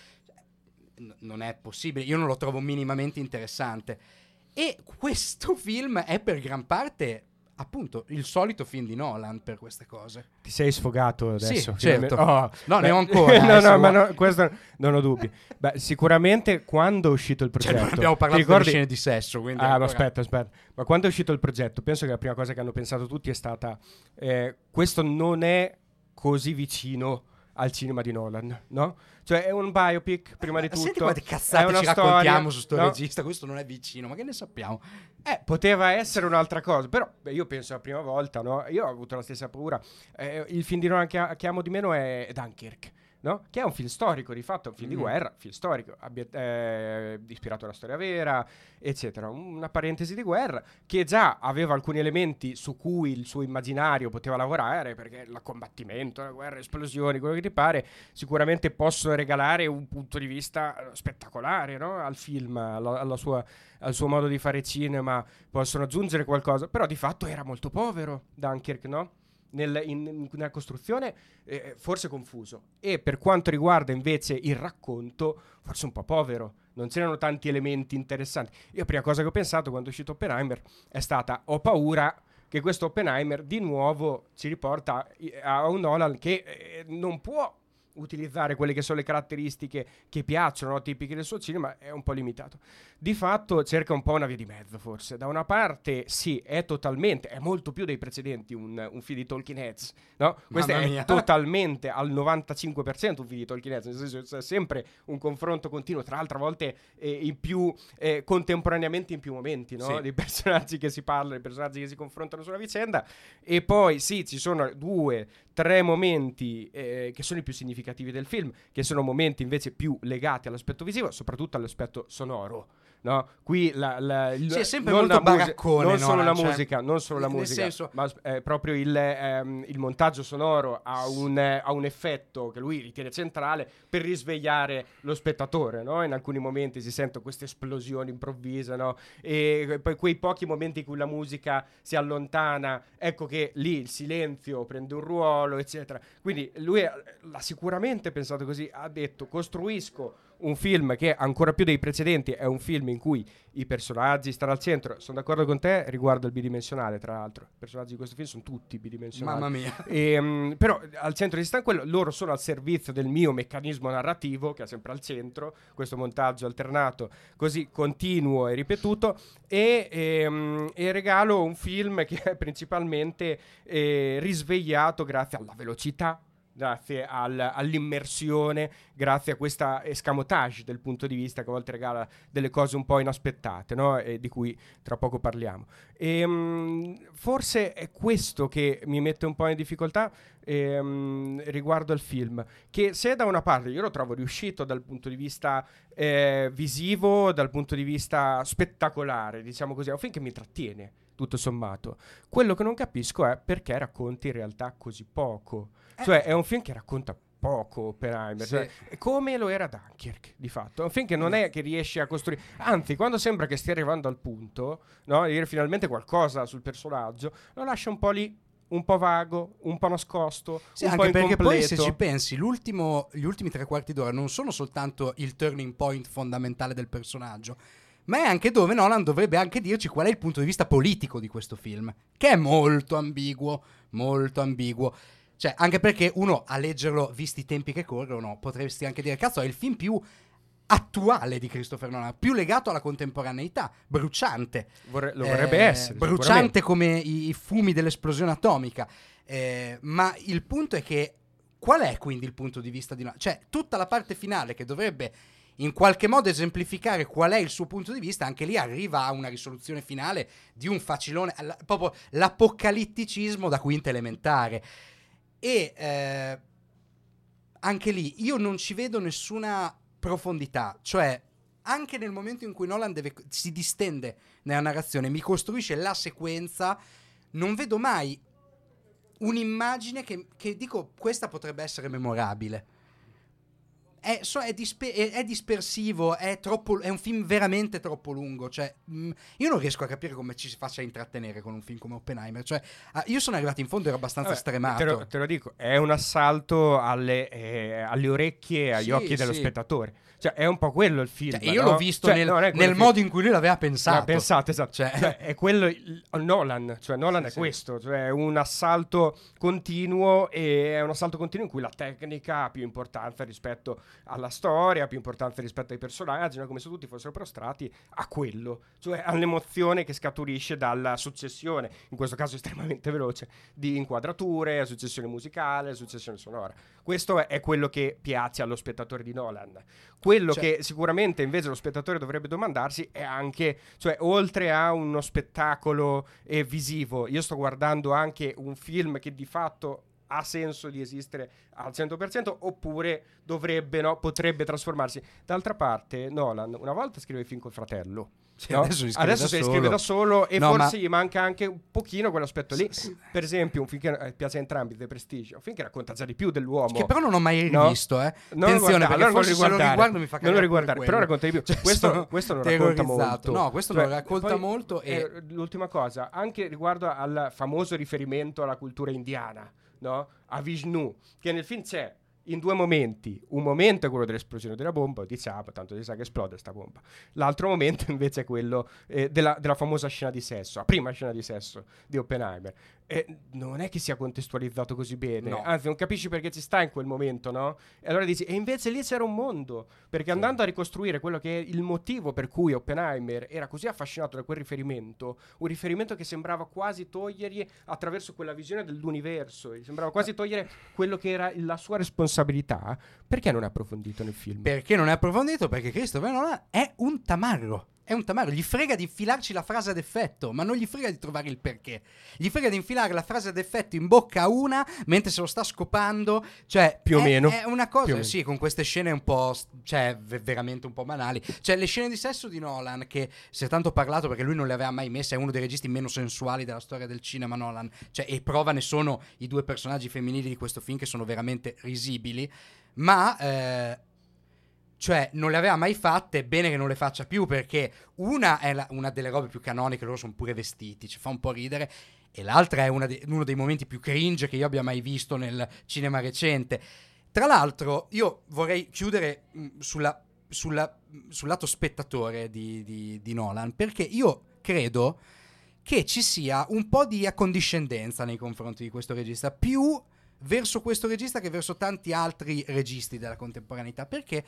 N- non è possibile, io non lo trovo minimamente interessante. E questo film è per gran parte... appunto il solito film di Nolan per queste cose. Ti sei sfogato adesso? Sì, certo. Oh, no, beh, ne ho ancora. no, eh, no, ma vuoi. no, questo non ho dubbi. Beh, sicuramente quando è uscito il Cioè, progetto... non abbiamo parlato ti ricordi... delle scene di sesso, quindi Ah, ma ancora... aspetta, aspetta. Ma quando è uscito il progetto, penso che la prima cosa che hanno pensato tutti è stata eh, questo non è così vicino al cinema di Nolan, no? Cioè è un biopic, prima di tutto. Senti quante è cazzate una ci storia, raccontiamo su sto no? regista, questo non è vicino, ma che ne sappiamo? Eh, poteva essere un'altra cosa, però beh, io penso la prima volta, no? Io ho avuto la stessa paura. Eh, il film di Nolan che, che amo di meno è Dunkirk, no? Che è un film storico, di fatto, un film Mm. di guerra, film storico, abbia, eh, ispirato alla storia vera, eccetera. Una parentesi di guerra che già aveva alcuni elementi su cui il suo immaginario poteva lavorare, perché il combattimento, la guerra, esplosioni, quello che ti pare, sicuramente possono regalare un punto di vista spettacolare, no? Al film, alla, alla sua, al suo modo di fare cinema, possono aggiungere qualcosa, però di fatto era molto povero Dunkirk, no? Nel, in, in, nella costruzione eh, forse confuso, e per quanto riguarda invece il racconto forse un po' povero, non c'erano tanti elementi interessanti. Io la prima cosa che ho pensato quando è uscito Oppenheimer è stata: ho paura che questo Oppenheimer di nuovo ci riporta a un Nolan che eh, non può utilizzare quelle che sono le caratteristiche che piacciono, no? Tipiche del suo cinema, è un po' limitato. Di fatto cerca un po' una via di mezzo, forse. Da una parte sì, è totalmente, è molto più dei precedenti un, un film di Talking Heads, no? Questo Mamma è mia. totalmente al novantacinque per cento un film di Talking Heads, nel senso c'è sempre un confronto continuo, tra l'altro a volte eh, in più eh, contemporaneamente in più momenti, no? Sì. Dei personaggi che si parlano, dei personaggi che si confrontano sulla vicenda, e poi sì, ci sono due, tre momenti eh, che sono i più significativi del film, che sono momenti invece più legati all'aspetto visivo, soprattutto all'aspetto sonoro, no? Qui la, la, il, Sì, è sempre non molto la musi- baraccone, non solo no? la Cioè, musica, non solo la nel musica, senso- ma eh, proprio il, ehm, il montaggio sonoro ha un, eh, ha un effetto che lui ritiene centrale per risvegliare lo spettatore, no? In alcuni momenti si sentono queste esplosioni improvvise, no? E poi quei pochi momenti in cui la musica si allontana, ecco che lì il silenzio prende un ruolo, eccetera. Quindi lui eh, l'ha sicuramente pensato così, ha detto: costruisco un film che ancora più dei precedenti è un film in cui i personaggi stanno al centro. Sono d'accordo con te riguardo il bidimensionale, tra l'altro i personaggi di questo film sono tutti bidimensionali. Mamma mia. E, um, però al centro di sta quello, loro sono al servizio del mio meccanismo narrativo, che è sempre al centro, questo montaggio alternato così continuo e ripetuto, e, e, um, e regalo un film che è principalmente eh, risvegliato grazie alla velocità grazie al, all'immersione, grazie a questa escamotage del punto di vista che a volte regala delle cose un po' inaspettate, no? E di cui tra poco parliamo. E, um, forse è questo che mi mette un po' in difficoltà ehm, riguardo al film, che se da una parte io lo trovo riuscito dal punto di vista eh, visivo, dal punto di vista spettacolare, diciamo così, è un film che mi trattiene tutto sommato. Quello che non capisco è perché racconti in realtà così poco. Cioè, è un film che racconta poco Oppenheimer, Sì. cioè, come lo era Dunkirk, di fatto. È un film che non è che riesce a costruire, anzi, quando sembra che stia arrivando al punto, no, di dire finalmente qualcosa sul personaggio, lo lascia un po' lì, un po' vago, un po' nascosto, Sì, un anche po' perché incompleto. poi se ci pensi, l'ultimo, gli ultimi tre quarti d'ora non sono soltanto il turning point fondamentale del personaggio, ma è anche dove Nolan dovrebbe anche dirci qual è il punto di vista politico di questo film, che è molto ambiguo, molto ambiguo. Cioè, anche perché uno, a leggerlo, visti i tempi che corrono, potresti anche dire, cazzo, è il film più attuale di Christopher Nolan, più legato alla contemporaneità, bruciante. Vorre- lo vorrebbe Eh, essere. bruciante come i, i fumi dell'esplosione atomica. Eh, ma il punto è che, qual è quindi il punto di vista di Nolan? Cioè, tutta la parte finale che dovrebbe in qualche modo esemplificare qual è il suo punto di vista, anche lì arriva a una risoluzione finale di un facilone, la- proprio l'apocalitticismo da quinta elementare. E eh, anche lì io non ci vedo nessuna profondità, cioè anche nel momento in cui Nolan deve, si distende nella narrazione, mi costruisce la sequenza, non vedo mai un'immagine che, che dico questa potrebbe essere memorabile. È, so, è, dispe- è, è dispersivo, è, troppo, è un film veramente troppo lungo. Cioè, mh, io non riesco a capire come ci si faccia intrattenere con un film come Oppenheimer. Cioè, ah, io sono arrivato in fondo e ero abbastanza Vabbè, stremato. Te lo, te lo dico, è un assalto alle, eh, alle orecchie e agli Sì, occhi dello sì. spettatore. Cioè, è un po' quello il film. Cioè, io no? l'ho visto Cioè, nel, non è quello nel il film. modo in cui lui l'aveva pensato. L'ha pensato, esatto. Cioè, Cioè, è quello il, Nolan, cioè Nolan Sì, è sì. questo, cioè è un assalto continuo, e è un assalto continuo in cui la tecnica ha più importanza rispetto alla storia, ha più importanza rispetto ai personaggi, no? Come se tutti fossero prostrati a quello, cioè all'emozione che scaturisce dalla successione, in questo caso estremamente veloce, di inquadrature, successione musicale, successione sonora. Questo è, è quello che piace allo spettatore di Nolan. Quello Cioè- che sicuramente invece lo spettatore dovrebbe domandarsi è anche, cioè oltre a uno spettacolo eh, visivo, io sto guardando anche un film che di fatto ha senso di esistere al cento per cento, oppure dovrebbe, no, potrebbe trasformarsi. D'altra parte Nolan una volta scrive il film col fratello, Sì, no? adesso si scrive adesso da si solo. scrive da solo e No, forse ma- gli manca anche un pochino quell'aspetto lì. S- s- Per esempio un film che eh, piace a entrambi, The Prestige, un film che racconta già di più dell'uomo, Che però non ho mai no? rivisto, eh. Non lo Attenzione, guarda- perché allora non forse lo se lo riguardare. riguardo mi fa Non lo cagare riguardare, pure però quello. racconta di più. Cioè, questo, sono questo non racconta terrorizzato. molto. No, questo Cioè, lo racconta poi, molto e... eh, l'ultima cosa, anche riguardo al famoso riferimento alla cultura indiana, no? A Vishnu, che nel film c'è in due momenti. Un momento è quello dell'esplosione della bomba, diciamo, tanto si sa che esplode sta bomba. L'altro momento invece è quello eh, della, della famosa scena di sesso, la prima scena di sesso di Oppenheimer. E non è che sia contestualizzato così bene, No. anzi non capisci perché ci sta in quel momento, no? E allora dici, e invece lì c'era un mondo, perché andando a ricostruire quello che è il motivo per cui Oppenheimer era così affascinato da quel riferimento, un riferimento che sembrava quasi togliergli attraverso quella visione dell'universo, gli sembrava quasi togliere quello che era la sua responsabilità, perché non è approfondito nel film? Perché non è approfondito? Perché Christopher Nolan è un tamarro. È un tamarro, gli frega di infilarci la frase ad effetto, ma non gli frega di trovare il perché. Gli frega di infilare la frase ad effetto in bocca a una mentre se lo sta scopando, cioè Più o è, meno. è una Più o cosa, meno. sì, con queste scene un po', cioè v- veramente un po' banali. Cioè le scene di sesso di Nolan, che si è tanto parlato perché lui non le aveva mai messe, è uno dei registi meno sensuali della storia del cinema, Nolan. Cioè, e prova ne sono i due personaggi femminili di questo film che sono veramente risibili, ma eh, cioè non le aveva mai fatte, è bene che non le faccia più, perché una è la- una delle robe più canoniche, loro sono pure vestiti, ci fa un po' ridere, e l'altra è una de- uno dei momenti più cringe che io abbia mai visto nel cinema recente. Tra l'altro io vorrei chiudere mh, sulla, sulla- mh, sul lato spettatore di, di- di Nolan, perché io credo che ci sia un po' di accondiscendenza nei confronti di questo regista, più verso questo regista che verso tanti altri registi della contemporaneità, perché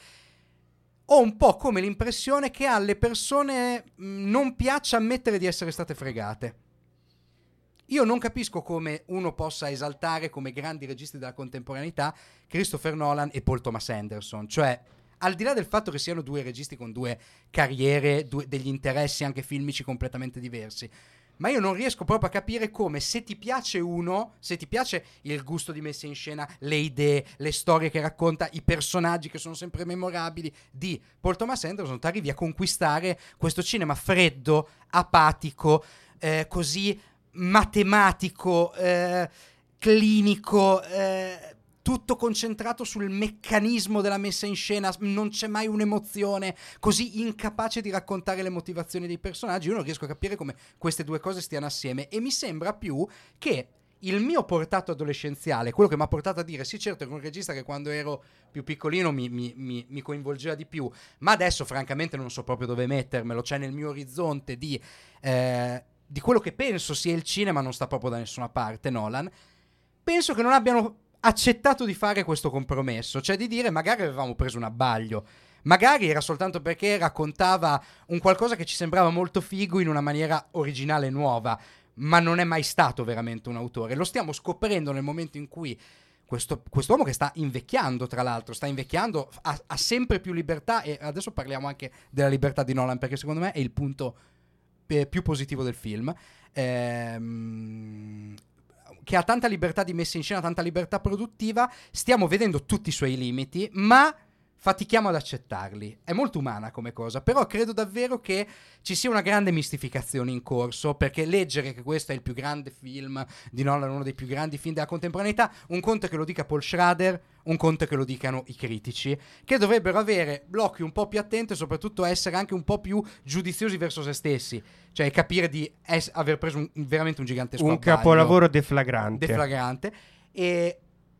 ho un po' come l'impressione che alle persone mh, non piaccia ammettere di essere state fregate. io non capisco come uno possa esaltare come grandi registi della contemporaneità Christopher Nolan e Paul Thomas Anderson. Cioè, al di là del fatto che siano due registi con due carriere, due, degli interessi anche filmici completamente diversi, ma io non riesco proprio a capire come, se ti piace uno, se ti piace il gusto di messa in scena, le idee, le storie che racconta, i personaggi che sono sempre memorabili di Paul Thomas Anderson, ti arrivi a conquistare questo cinema freddo, apatico, eh, così matematico, eh, clinico, eh, tutto concentrato sul meccanismo della messa in scena, non c'è mai un'emozione, così incapace di raccontare le motivazioni dei personaggi. Io non riesco a capire come queste due cose stiano assieme, e mi sembra più che il mio portato adolescenziale, quello che mi ha portato a dire sì, certo, è un regista che quando ero più piccolino mi, mi, mi, mi coinvolgeva di più, ma adesso francamente non so proprio dove mettermelo, c'è nel mio orizzonte di, eh, di quello che penso sia il cinema, non sta proprio da nessuna parte Nolan. Penso che non abbiano accettato di fare questo compromesso, cioè di dire magari avevamo preso un abbaglio, magari era soltanto perché raccontava un qualcosa che ci sembrava molto figo in una maniera originale e nuova, ma non è mai stato veramente un autore. Lo stiamo scoprendo nel momento in cui questo quest'uomo, che sta invecchiando, tra l'altro sta invecchiando, ha, ha sempre più libertà, e adesso parliamo anche della libertà di Nolan, perché secondo me è il punto eh, più positivo del film, ehm che ha tanta libertà di messa in scena, tanta libertà produttiva. Stiamo vedendo tutti i suoi limiti, ma fatichiamo ad accettarli. È molto umana come cosa, però credo davvero che ci sia una grande mistificazione in corso, perché leggere che questo è il più grande film di Nolan, uno dei più grandi film della contemporaneità, un conto è che lo dica Paul Schrader, un conto è che lo dicano i critici, che dovrebbero avere l'occhio un po' più attento e soprattutto essere anche un po' più giudiziosi verso se stessi, cioè capire di es- aver preso un, veramente un gigantesco un abbaglio, capolavoro deflagrante. deflagrante. E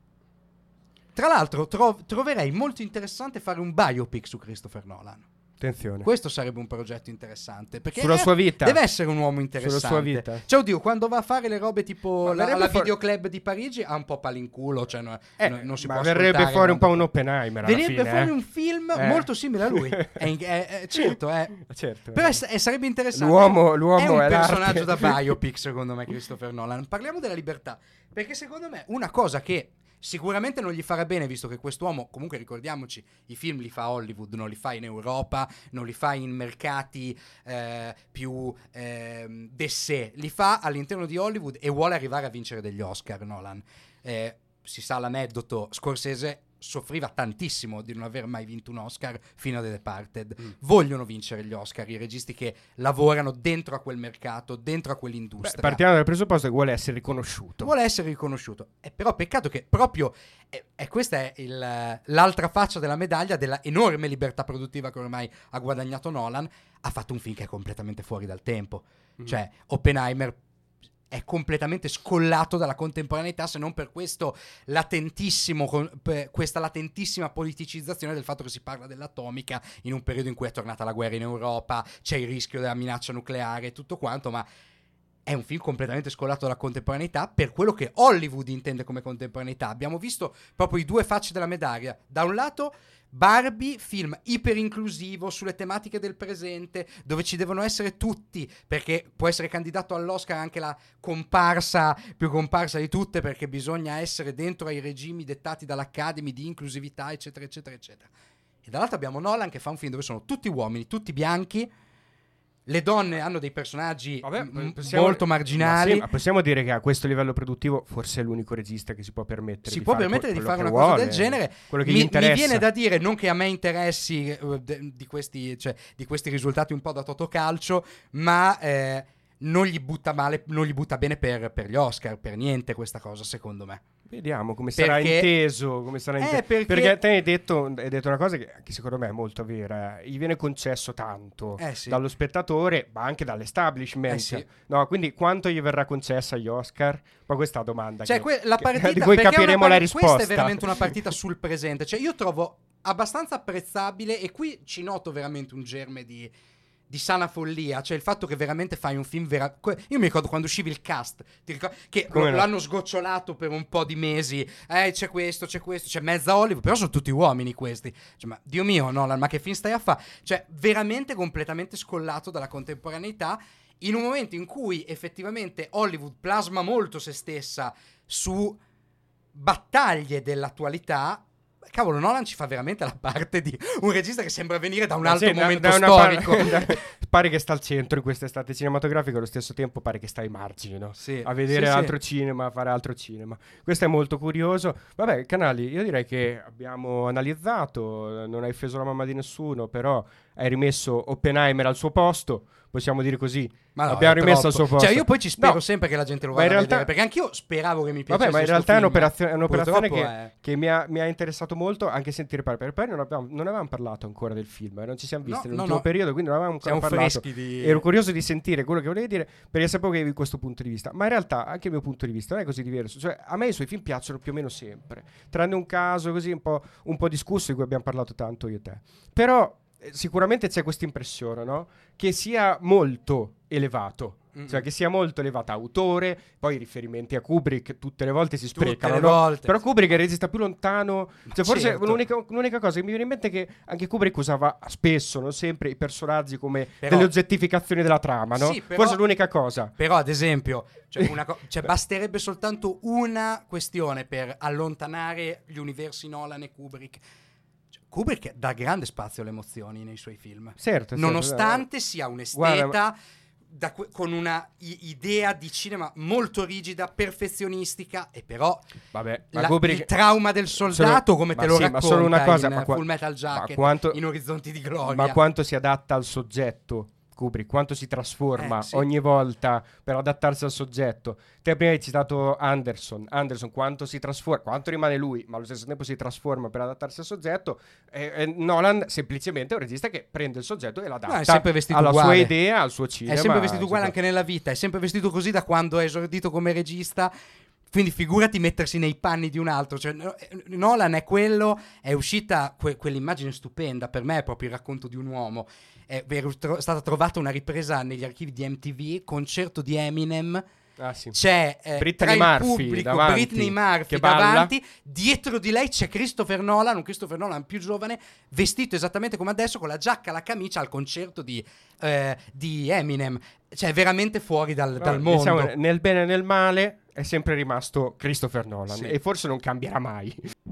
tra l'altro tro- troverei molto interessante fare un biopic su Christopher Nolan. Attenzione. Questo sarebbe un progetto interessante, perché sulla sua vita. Deve essere un uomo interessante. Sulla sua vita. Cioè, oddio, quando va a fare le robe tipo la, la fuori... Videoclub di Parigi ha un po' palinculo, cioè no, eh, no, non si ma può verrebbe fuori un po' un open Oppenheimer alla Verrebbe fine, fuori eh? un film eh. molto simile a lui. è, è, è, certo, è, certo. Però è, è, sarebbe interessante. L'uomo, l'uomo è un è personaggio l'arte. da biopic, secondo me, Christopher Nolan. Parliamo della libertà, perché secondo me una cosa che sicuramente non gli farà bene, visto che quest'uomo, comunque ricordiamoci, i film li fa Hollywood, non li fa in Europa, non li fa in mercati eh, più eh, d'essè, li fa all'interno di Hollywood e vuole arrivare a vincere degli Oscar, Nolan. Eh, si sa l'aneddoto, Scorsese soffriva tantissimo di non aver mai vinto un Oscar fino a The Departed. Mm. Vogliono vincere gli Oscar i registi che lavorano dentro a quel mercato, dentro a quell'industria. Beh, partiamo dal presupposto che vuole essere riconosciuto. Vuole essere riconosciuto. E però peccato che proprio e, e questa è il, l'altra faccia della medaglia della enorme libertà produttiva che ormai ha guadagnato Nolan. Ha fatto un film che è completamente fuori dal tempo. Mm. Cioè, Oppenheimer è completamente scollato dalla contemporaneità, se non per questo latentissimo per questa latentissima politicizzazione del fatto che si parla dell'atomica in un periodo in cui è tornata la guerra in Europa, c'è il rischio della minaccia nucleare e tutto quanto, ma è un film completamente scollato dalla contemporaneità per quello che Hollywood intende come contemporaneità. Abbiamo visto proprio i due facce della medaglia. Da un lato Barbie, film iperinclusivo sulle tematiche del presente, dove ci devono essere tutti, perché può essere candidato all'Oscar anche la comparsa più comparsa di tutte, perché bisogna essere dentro ai regimi dettati dall'Academy di inclusività, eccetera, eccetera, eccetera. E dall'altro abbiamo Nolan che fa un film dove sono tutti uomini, tutti bianchi. Le donne hanno dei personaggi Vabbè, possiamo, molto marginali. Ma sì, ma possiamo dire che a questo livello produttivo forse è l'unico regista che si può permettere si di può fare permettere di fare una vuole, cosa del genere. Quello che mi, gli interessa. Mi viene da dire, non che a me interessi uh, de, di, questi, cioè, di questi risultati un po' da Totocalcio, ma eh, non gli butta male, non gli butta bene per, per gli Oscar, per niente questa cosa, secondo me. Vediamo come sarà perché, inteso, come sarà eh, inteso. perché, perché te hai detto, hai detto una cosa che, che secondo me è molto vera. Gli viene concesso tanto eh sì. dallo spettatore, ma anche dall'establishment. Eh sì. No, quindi quanto gli verrà concessa agli Oscar? Ma questa è la domanda. Cioè, che, que- la partita, che, di cui capiremo par- la risposta. Questa è veramente una partita sul presente. Cioè, io trovo abbastanza apprezzabile, e qui ci noto veramente un germe di, di sana follia, cioè il fatto che veramente fai un film vera... Io mi ricordo quando uscivi il cast, ti ricordo che lo, no? l'hanno sgocciolato per un po' di mesi, eh c'è questo, c'è questo, c'è mezza Hollywood, però sono tutti uomini questi, cioè, ma Dio mio, Nolan, ma che film stai a fare? Cioè veramente completamente scollato dalla contemporaneità, in un momento in cui effettivamente Hollywood plasma molto se stessa su battaglie dell'attualità. Cavolo, Nolan ci fa veramente la parte di un regista che sembra venire da un altro sì, momento da, da storico. Par- pare che sta al centro in quest'estate cinematografica, allo stesso tempo pare che sta ai margini, no? Sì. A vedere sì, altro sì. cinema, a fare altro cinema. Questo è molto curioso. Vabbè, Canali, io direi che abbiamo analizzato, non hai offeso la mamma di nessuno, però hai rimesso Oppenheimer al suo posto, possiamo dire così. Ma no, abbiamo è rimesso troppo. al suo posto. Cioè io poi ci spero No, sempre che la gente lo ma in vada a realtà- vedere, perché anch'io speravo che mi piacesse. Vabbè, ma in sto realtà è film. un'operazione, è un'operazione che, Purtroppo è- che mi, ha, mi ha interessato molto anche sentire parlare. Per poi non, abbiamo, non avevamo parlato ancora del film, eh, non ci siamo visti No, nell'ultimo no, no. periodo, quindi non avevamo ancora Siamo parlato. freschi di... Ero curioso di sentire quello che volevi dire, perché sapevo che avevi questo punto di vista. Ma in realtà anche il mio punto di vista non è così diverso. Cioè, a me i suoi film piacciono più o meno sempre, tranne un caso così un po', un po' discusso di cui abbiamo parlato tanto io e te. Però eh, sicuramente c'è questa impressione, no? Che sia molto elevato. Mm-mm. Cioè che sia molto elevato autore, poi i riferimenti a Kubrick tutte le volte si Tutte sprecano, le no? volte. Però Kubrick è il regista più lontano. Cioè forse certo. l'unica, l'unica cosa che mi viene in mente è che anche Kubrick usava spesso, non sempre, i personaggi come Però- delle oggettificazioni della trama, no? Sì, però- Forse è l'unica cosa. Però ad esempio cioè, una co- cioè, basterebbe soltanto una questione per allontanare gli universi Nolan e Kubrick. Cioè, Kubrick dà grande spazio alle emozioni nei suoi film, Certo, certo, nonostante sia un esteta Guarda, da que- con una i- idea di cinema molto rigida, perfezionistica, e però Vabbè, ma la- Kubrick il trauma del soldato solo- come ma te lo sì, ma racconta solo una cosa, in ma qua- Full Metal ma Jacket, quanto- in Orizzonti di Gloria. Ma quanto si adatta al soggetto Kubrick, quanto si trasforma Eh, sì. ogni volta per adattarsi al soggetto. Te prima hai citato Anderson, Anderson quanto si trasforma, quanto rimane lui, ma allo stesso tempo si trasforma per adattarsi al soggetto. E, e Nolan semplicemente è un regista che prende il soggetto e l'adatta No, è sempre vestito alla uguale. sua idea, al suo cinema. È sempre vestito uguale insomma. anche nella vita, è sempre vestito così da quando è esordito come regista. Quindi figurati mettersi nei panni di un altro. Cioè, no- Nolan è quello, è uscita que- quell'immagine stupenda, per me è proprio il racconto di un uomo. È ver- tro- stata trovata una ripresa negli archivi di M T V, concerto di Eminem. Ah, sì. C'è eh, Britney tra il Murphy pubblico davanti, Britney Murphy che balla. davanti, dietro di lei c'è Christopher Nolan, un Christopher Nolan più giovane, vestito esattamente come adesso, con la giacca e la camicia al concerto di, eh, di Eminem. Cioè veramente fuori dal, Però, dal mondo. diciamo, nel bene e nel male è sempre rimasto Christopher Nolan, Sì. e forse non cambierà mai.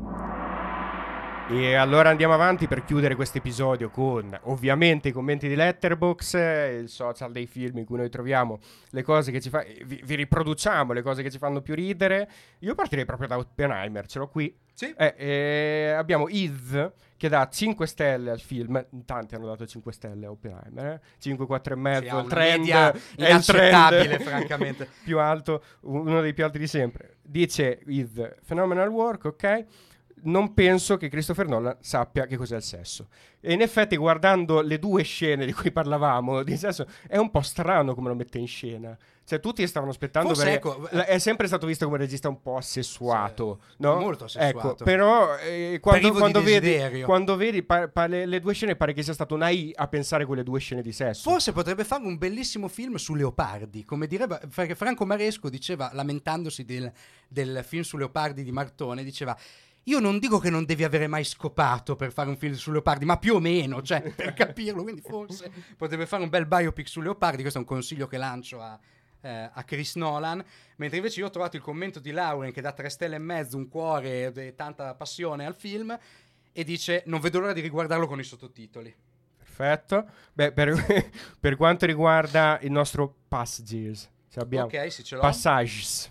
E allora andiamo avanti per chiudere questo episodio con ovviamente i commenti di Letterboxd, il social dei film in cui noi troviamo le cose che ci fa, vi, vi riproduciamo le cose che ci fanno più ridere. Io partirei proprio da Oppenheimer, ce l'ho qui. Sì. Eh, eh, abbiamo Iz che dà cinque stelle al film. Tanti hanno dato cinque stelle a Oppenheimer, eh? cinque, quattro e mezzo. Sì, ha il una trend media è il inaccettabile, trend francamente. più alto, uno dei più alti di sempre. Dice Iz, phenomenal work, ok. Non penso che Christopher Nolan sappia che cos'è il sesso. E in effetti, guardando le due scene di cui parlavamo di sesso, è un po' strano come lo mette in scena. Cioè, tutti stavano aspettando. Forse, perché ecco, l- è sempre stato visto come un regista un po' assessuato, Sì, no? molto assessuato. Ecco, però eh, quando, Privo di quando vedi, desiderio. quando vedi pa- pa- le, le due scene, pare che sia stato una I a pensare quelle due scene di sesso. Forse potrebbe fare un bellissimo film su leopardi, come direbbe, perché Franco Maresco diceva, lamentandosi del, del film su leopardi di Martone, diceva: io non dico che non devi avere mai scopato per fare un film su leopardi, ma più o meno, cioè, per capirlo, quindi forse potrebbe fare un bel biopic su leopardi. Questo è un consiglio che lancio a, eh, a Chris Nolan. Mentre invece io ho trovato il commento di Lauren che dà tre stelle e mezzo, un cuore e tanta passione al film, e dice: non vedo l'ora di riguardarlo con i sottotitoli. Perfetto. Beh, per, per quanto riguarda il nostro Passages, cioè abbiamo Ok, sì, ce l'ho. Passages.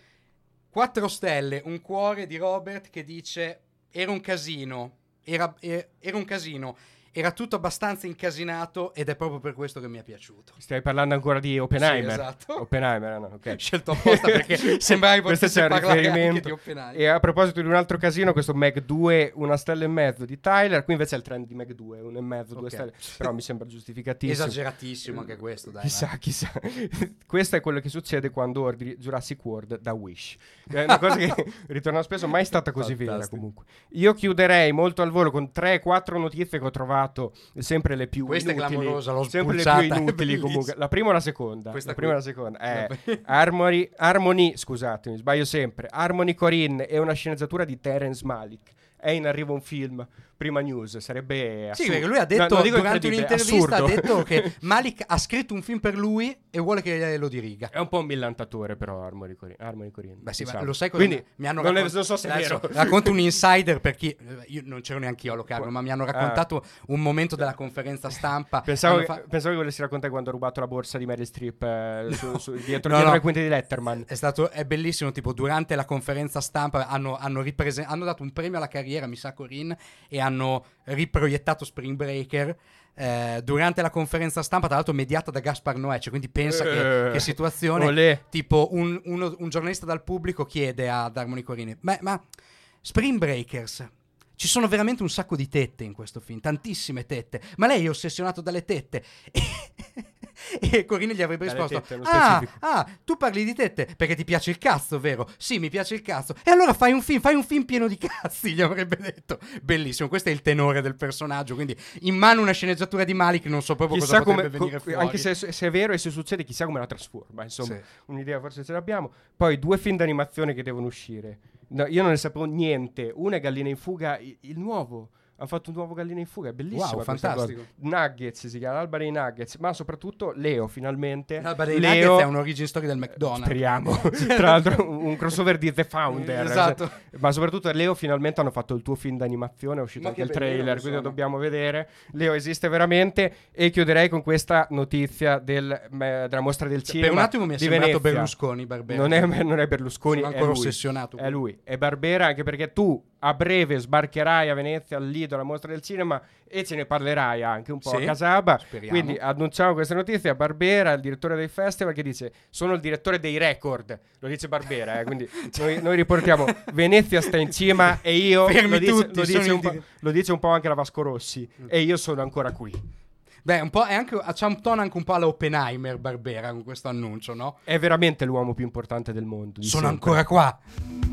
Quattro stelle, un cuore di Robert che dice: era un casino, era, eh, era un casino, era tutto abbastanza incasinato ed è proprio per questo che mi è piaciuto. Stai parlando ancora di Oppenheimer? Sì, esatto. Oppenheimer, no, ok. Scelto apposta perché sembravi Questo potessi c'è un parlare anche riferimento. di Oppenheimer. E a proposito di un altro casino, questo Meg due, una stella e mezzo di Tyler. Qui invece è il trend di Meg due, uno e mezzo, due Ok. stelle. Però mi sembra giustificatissimo. Esageratissimo anche questo, dai. Chissà, dai. chissà. Questo è quello che succede quando ordini Jurassic World da Wish. È una cosa che ritorna spesso, mai stata così vera Fantastico. comunque. Io chiuderei molto al volo con tre quattro notizie che ho trovato trovato sempre le più Questa inutili, è clamorosa, l'ho sempre le spulciata, più è inutili comunque. bellissima. La prima o la seconda? Questa la qui. prima o la seconda? Eh, La- Harmony, Harmony, scusatemi, sbaglio sempre. Harmony Corinne è una sceneggiatura di Terrence Malick. È in arrivo un film. Prima news, sarebbe assurdo. Sì, perché lui ha No, detto non dico durante incredibile, un'intervista ha assurdo. detto che Malik ha scritto un film per lui e vuole che lo diriga. È un po' un millantatore, però Harmony Corinne. Harmony Corinne Beh sì, diciamo. ma lo sai cosa Quindi mi hanno non, è- raccont- non so se è Adesso vero. racconto un insider per chi io non c'ero neanche io a Locarno, ma mi hanno Ah. raccontato un momento della conferenza stampa. Pensavo Hanno che, fa- pensavo che volessi raccontare quando ha rubato la borsa di Meryl Streep eh, su- su- dietro, No, dietro no. le quinte di Letterman. È stato è bellissimo, tipo durante la conferenza stampa hanno, hanno, riprese- hanno dato un premio alla carriera, mi sa Corinne, e hanno riproiettato Spring Breaker eh, durante la conferenza stampa, tra l'altro mediata da Gaspar Noè, cioè, quindi pensa che, Eh, che situazione. olè. Tipo un, uno- un giornalista dal pubblico chiede ad Harmony Corinne, ma, ma Spring Breakers, ci sono veramente un sacco di tette in questo film, tantissime tette, ma lei è ossessionato dalle tette. E Corinne gli avrebbe Dalle risposto: tette, nello ah, specifico." ah, tu parli di tette perché ti piace il cazzo, vero? Sì, mi piace il cazzo. E allora fai un film, fai un film pieno di cazzi, gli avrebbe detto. Bellissimo, questo è il tenore del personaggio. Quindi in mano una sceneggiatura di Malik, non so proprio Chissà cosa potrebbe come, venire co- fuori. anche se, se è vero e se succede, chissà come la trasforma. Insomma, Sì. un'idea forse ce l'abbiamo. Poi due film d'animazione che devono uscire. No, io non ne sapevo niente. Una è Gallina in fuga, i- il nuovo. Hanno fatto un nuovo Gallina in fuga, è bellissimo. Wow, fantastico. Nuggets si chiama, l'alba dei Nuggets, ma soprattutto Leo finalmente. L'Alba dei Leo, Nuggets è un origin story del McDonald's. speriamo. Tra l'altro un crossover di The Founder. Esatto. Ma soprattutto Leo finalmente hanno fatto il tuo film d'animazione, è uscito Ma anche che il bello, trailer, non quindi lo sono. dobbiamo vedere. Leo esiste veramente. E chiuderei con questa notizia del, eh, della mostra del cinema Per un attimo mi è di sembrato Venezia. Berlusconi, Barbera. Non è, non è Berlusconi, Sono è ancora lui. ossessionato. È lui, è Barbera, anche perché tu a breve sbarcherai a Venezia al Lido, alla mostra del cinema, e ce ne parlerai anche un po' Sì, a Casaba. speriamo. Quindi annunciamo questa notizia. Barbera, il direttore del festival, che dice: sono il direttore dei record. Lo dice Barbera, eh, quindi noi, noi riportiamo Venezia sta in cima e io Fermi lo dice, tutti, lo, sono dice il un po', dire- lo dice un po' anche la Vasco Rossi, e io sono ancora qui. Beh, un po' è anche c'ha un tono anche un po' alla Oppenheimer, Barbera, con questo annuncio, no? È veramente l'uomo più importante del mondo. di Sono sempre. ancora qua.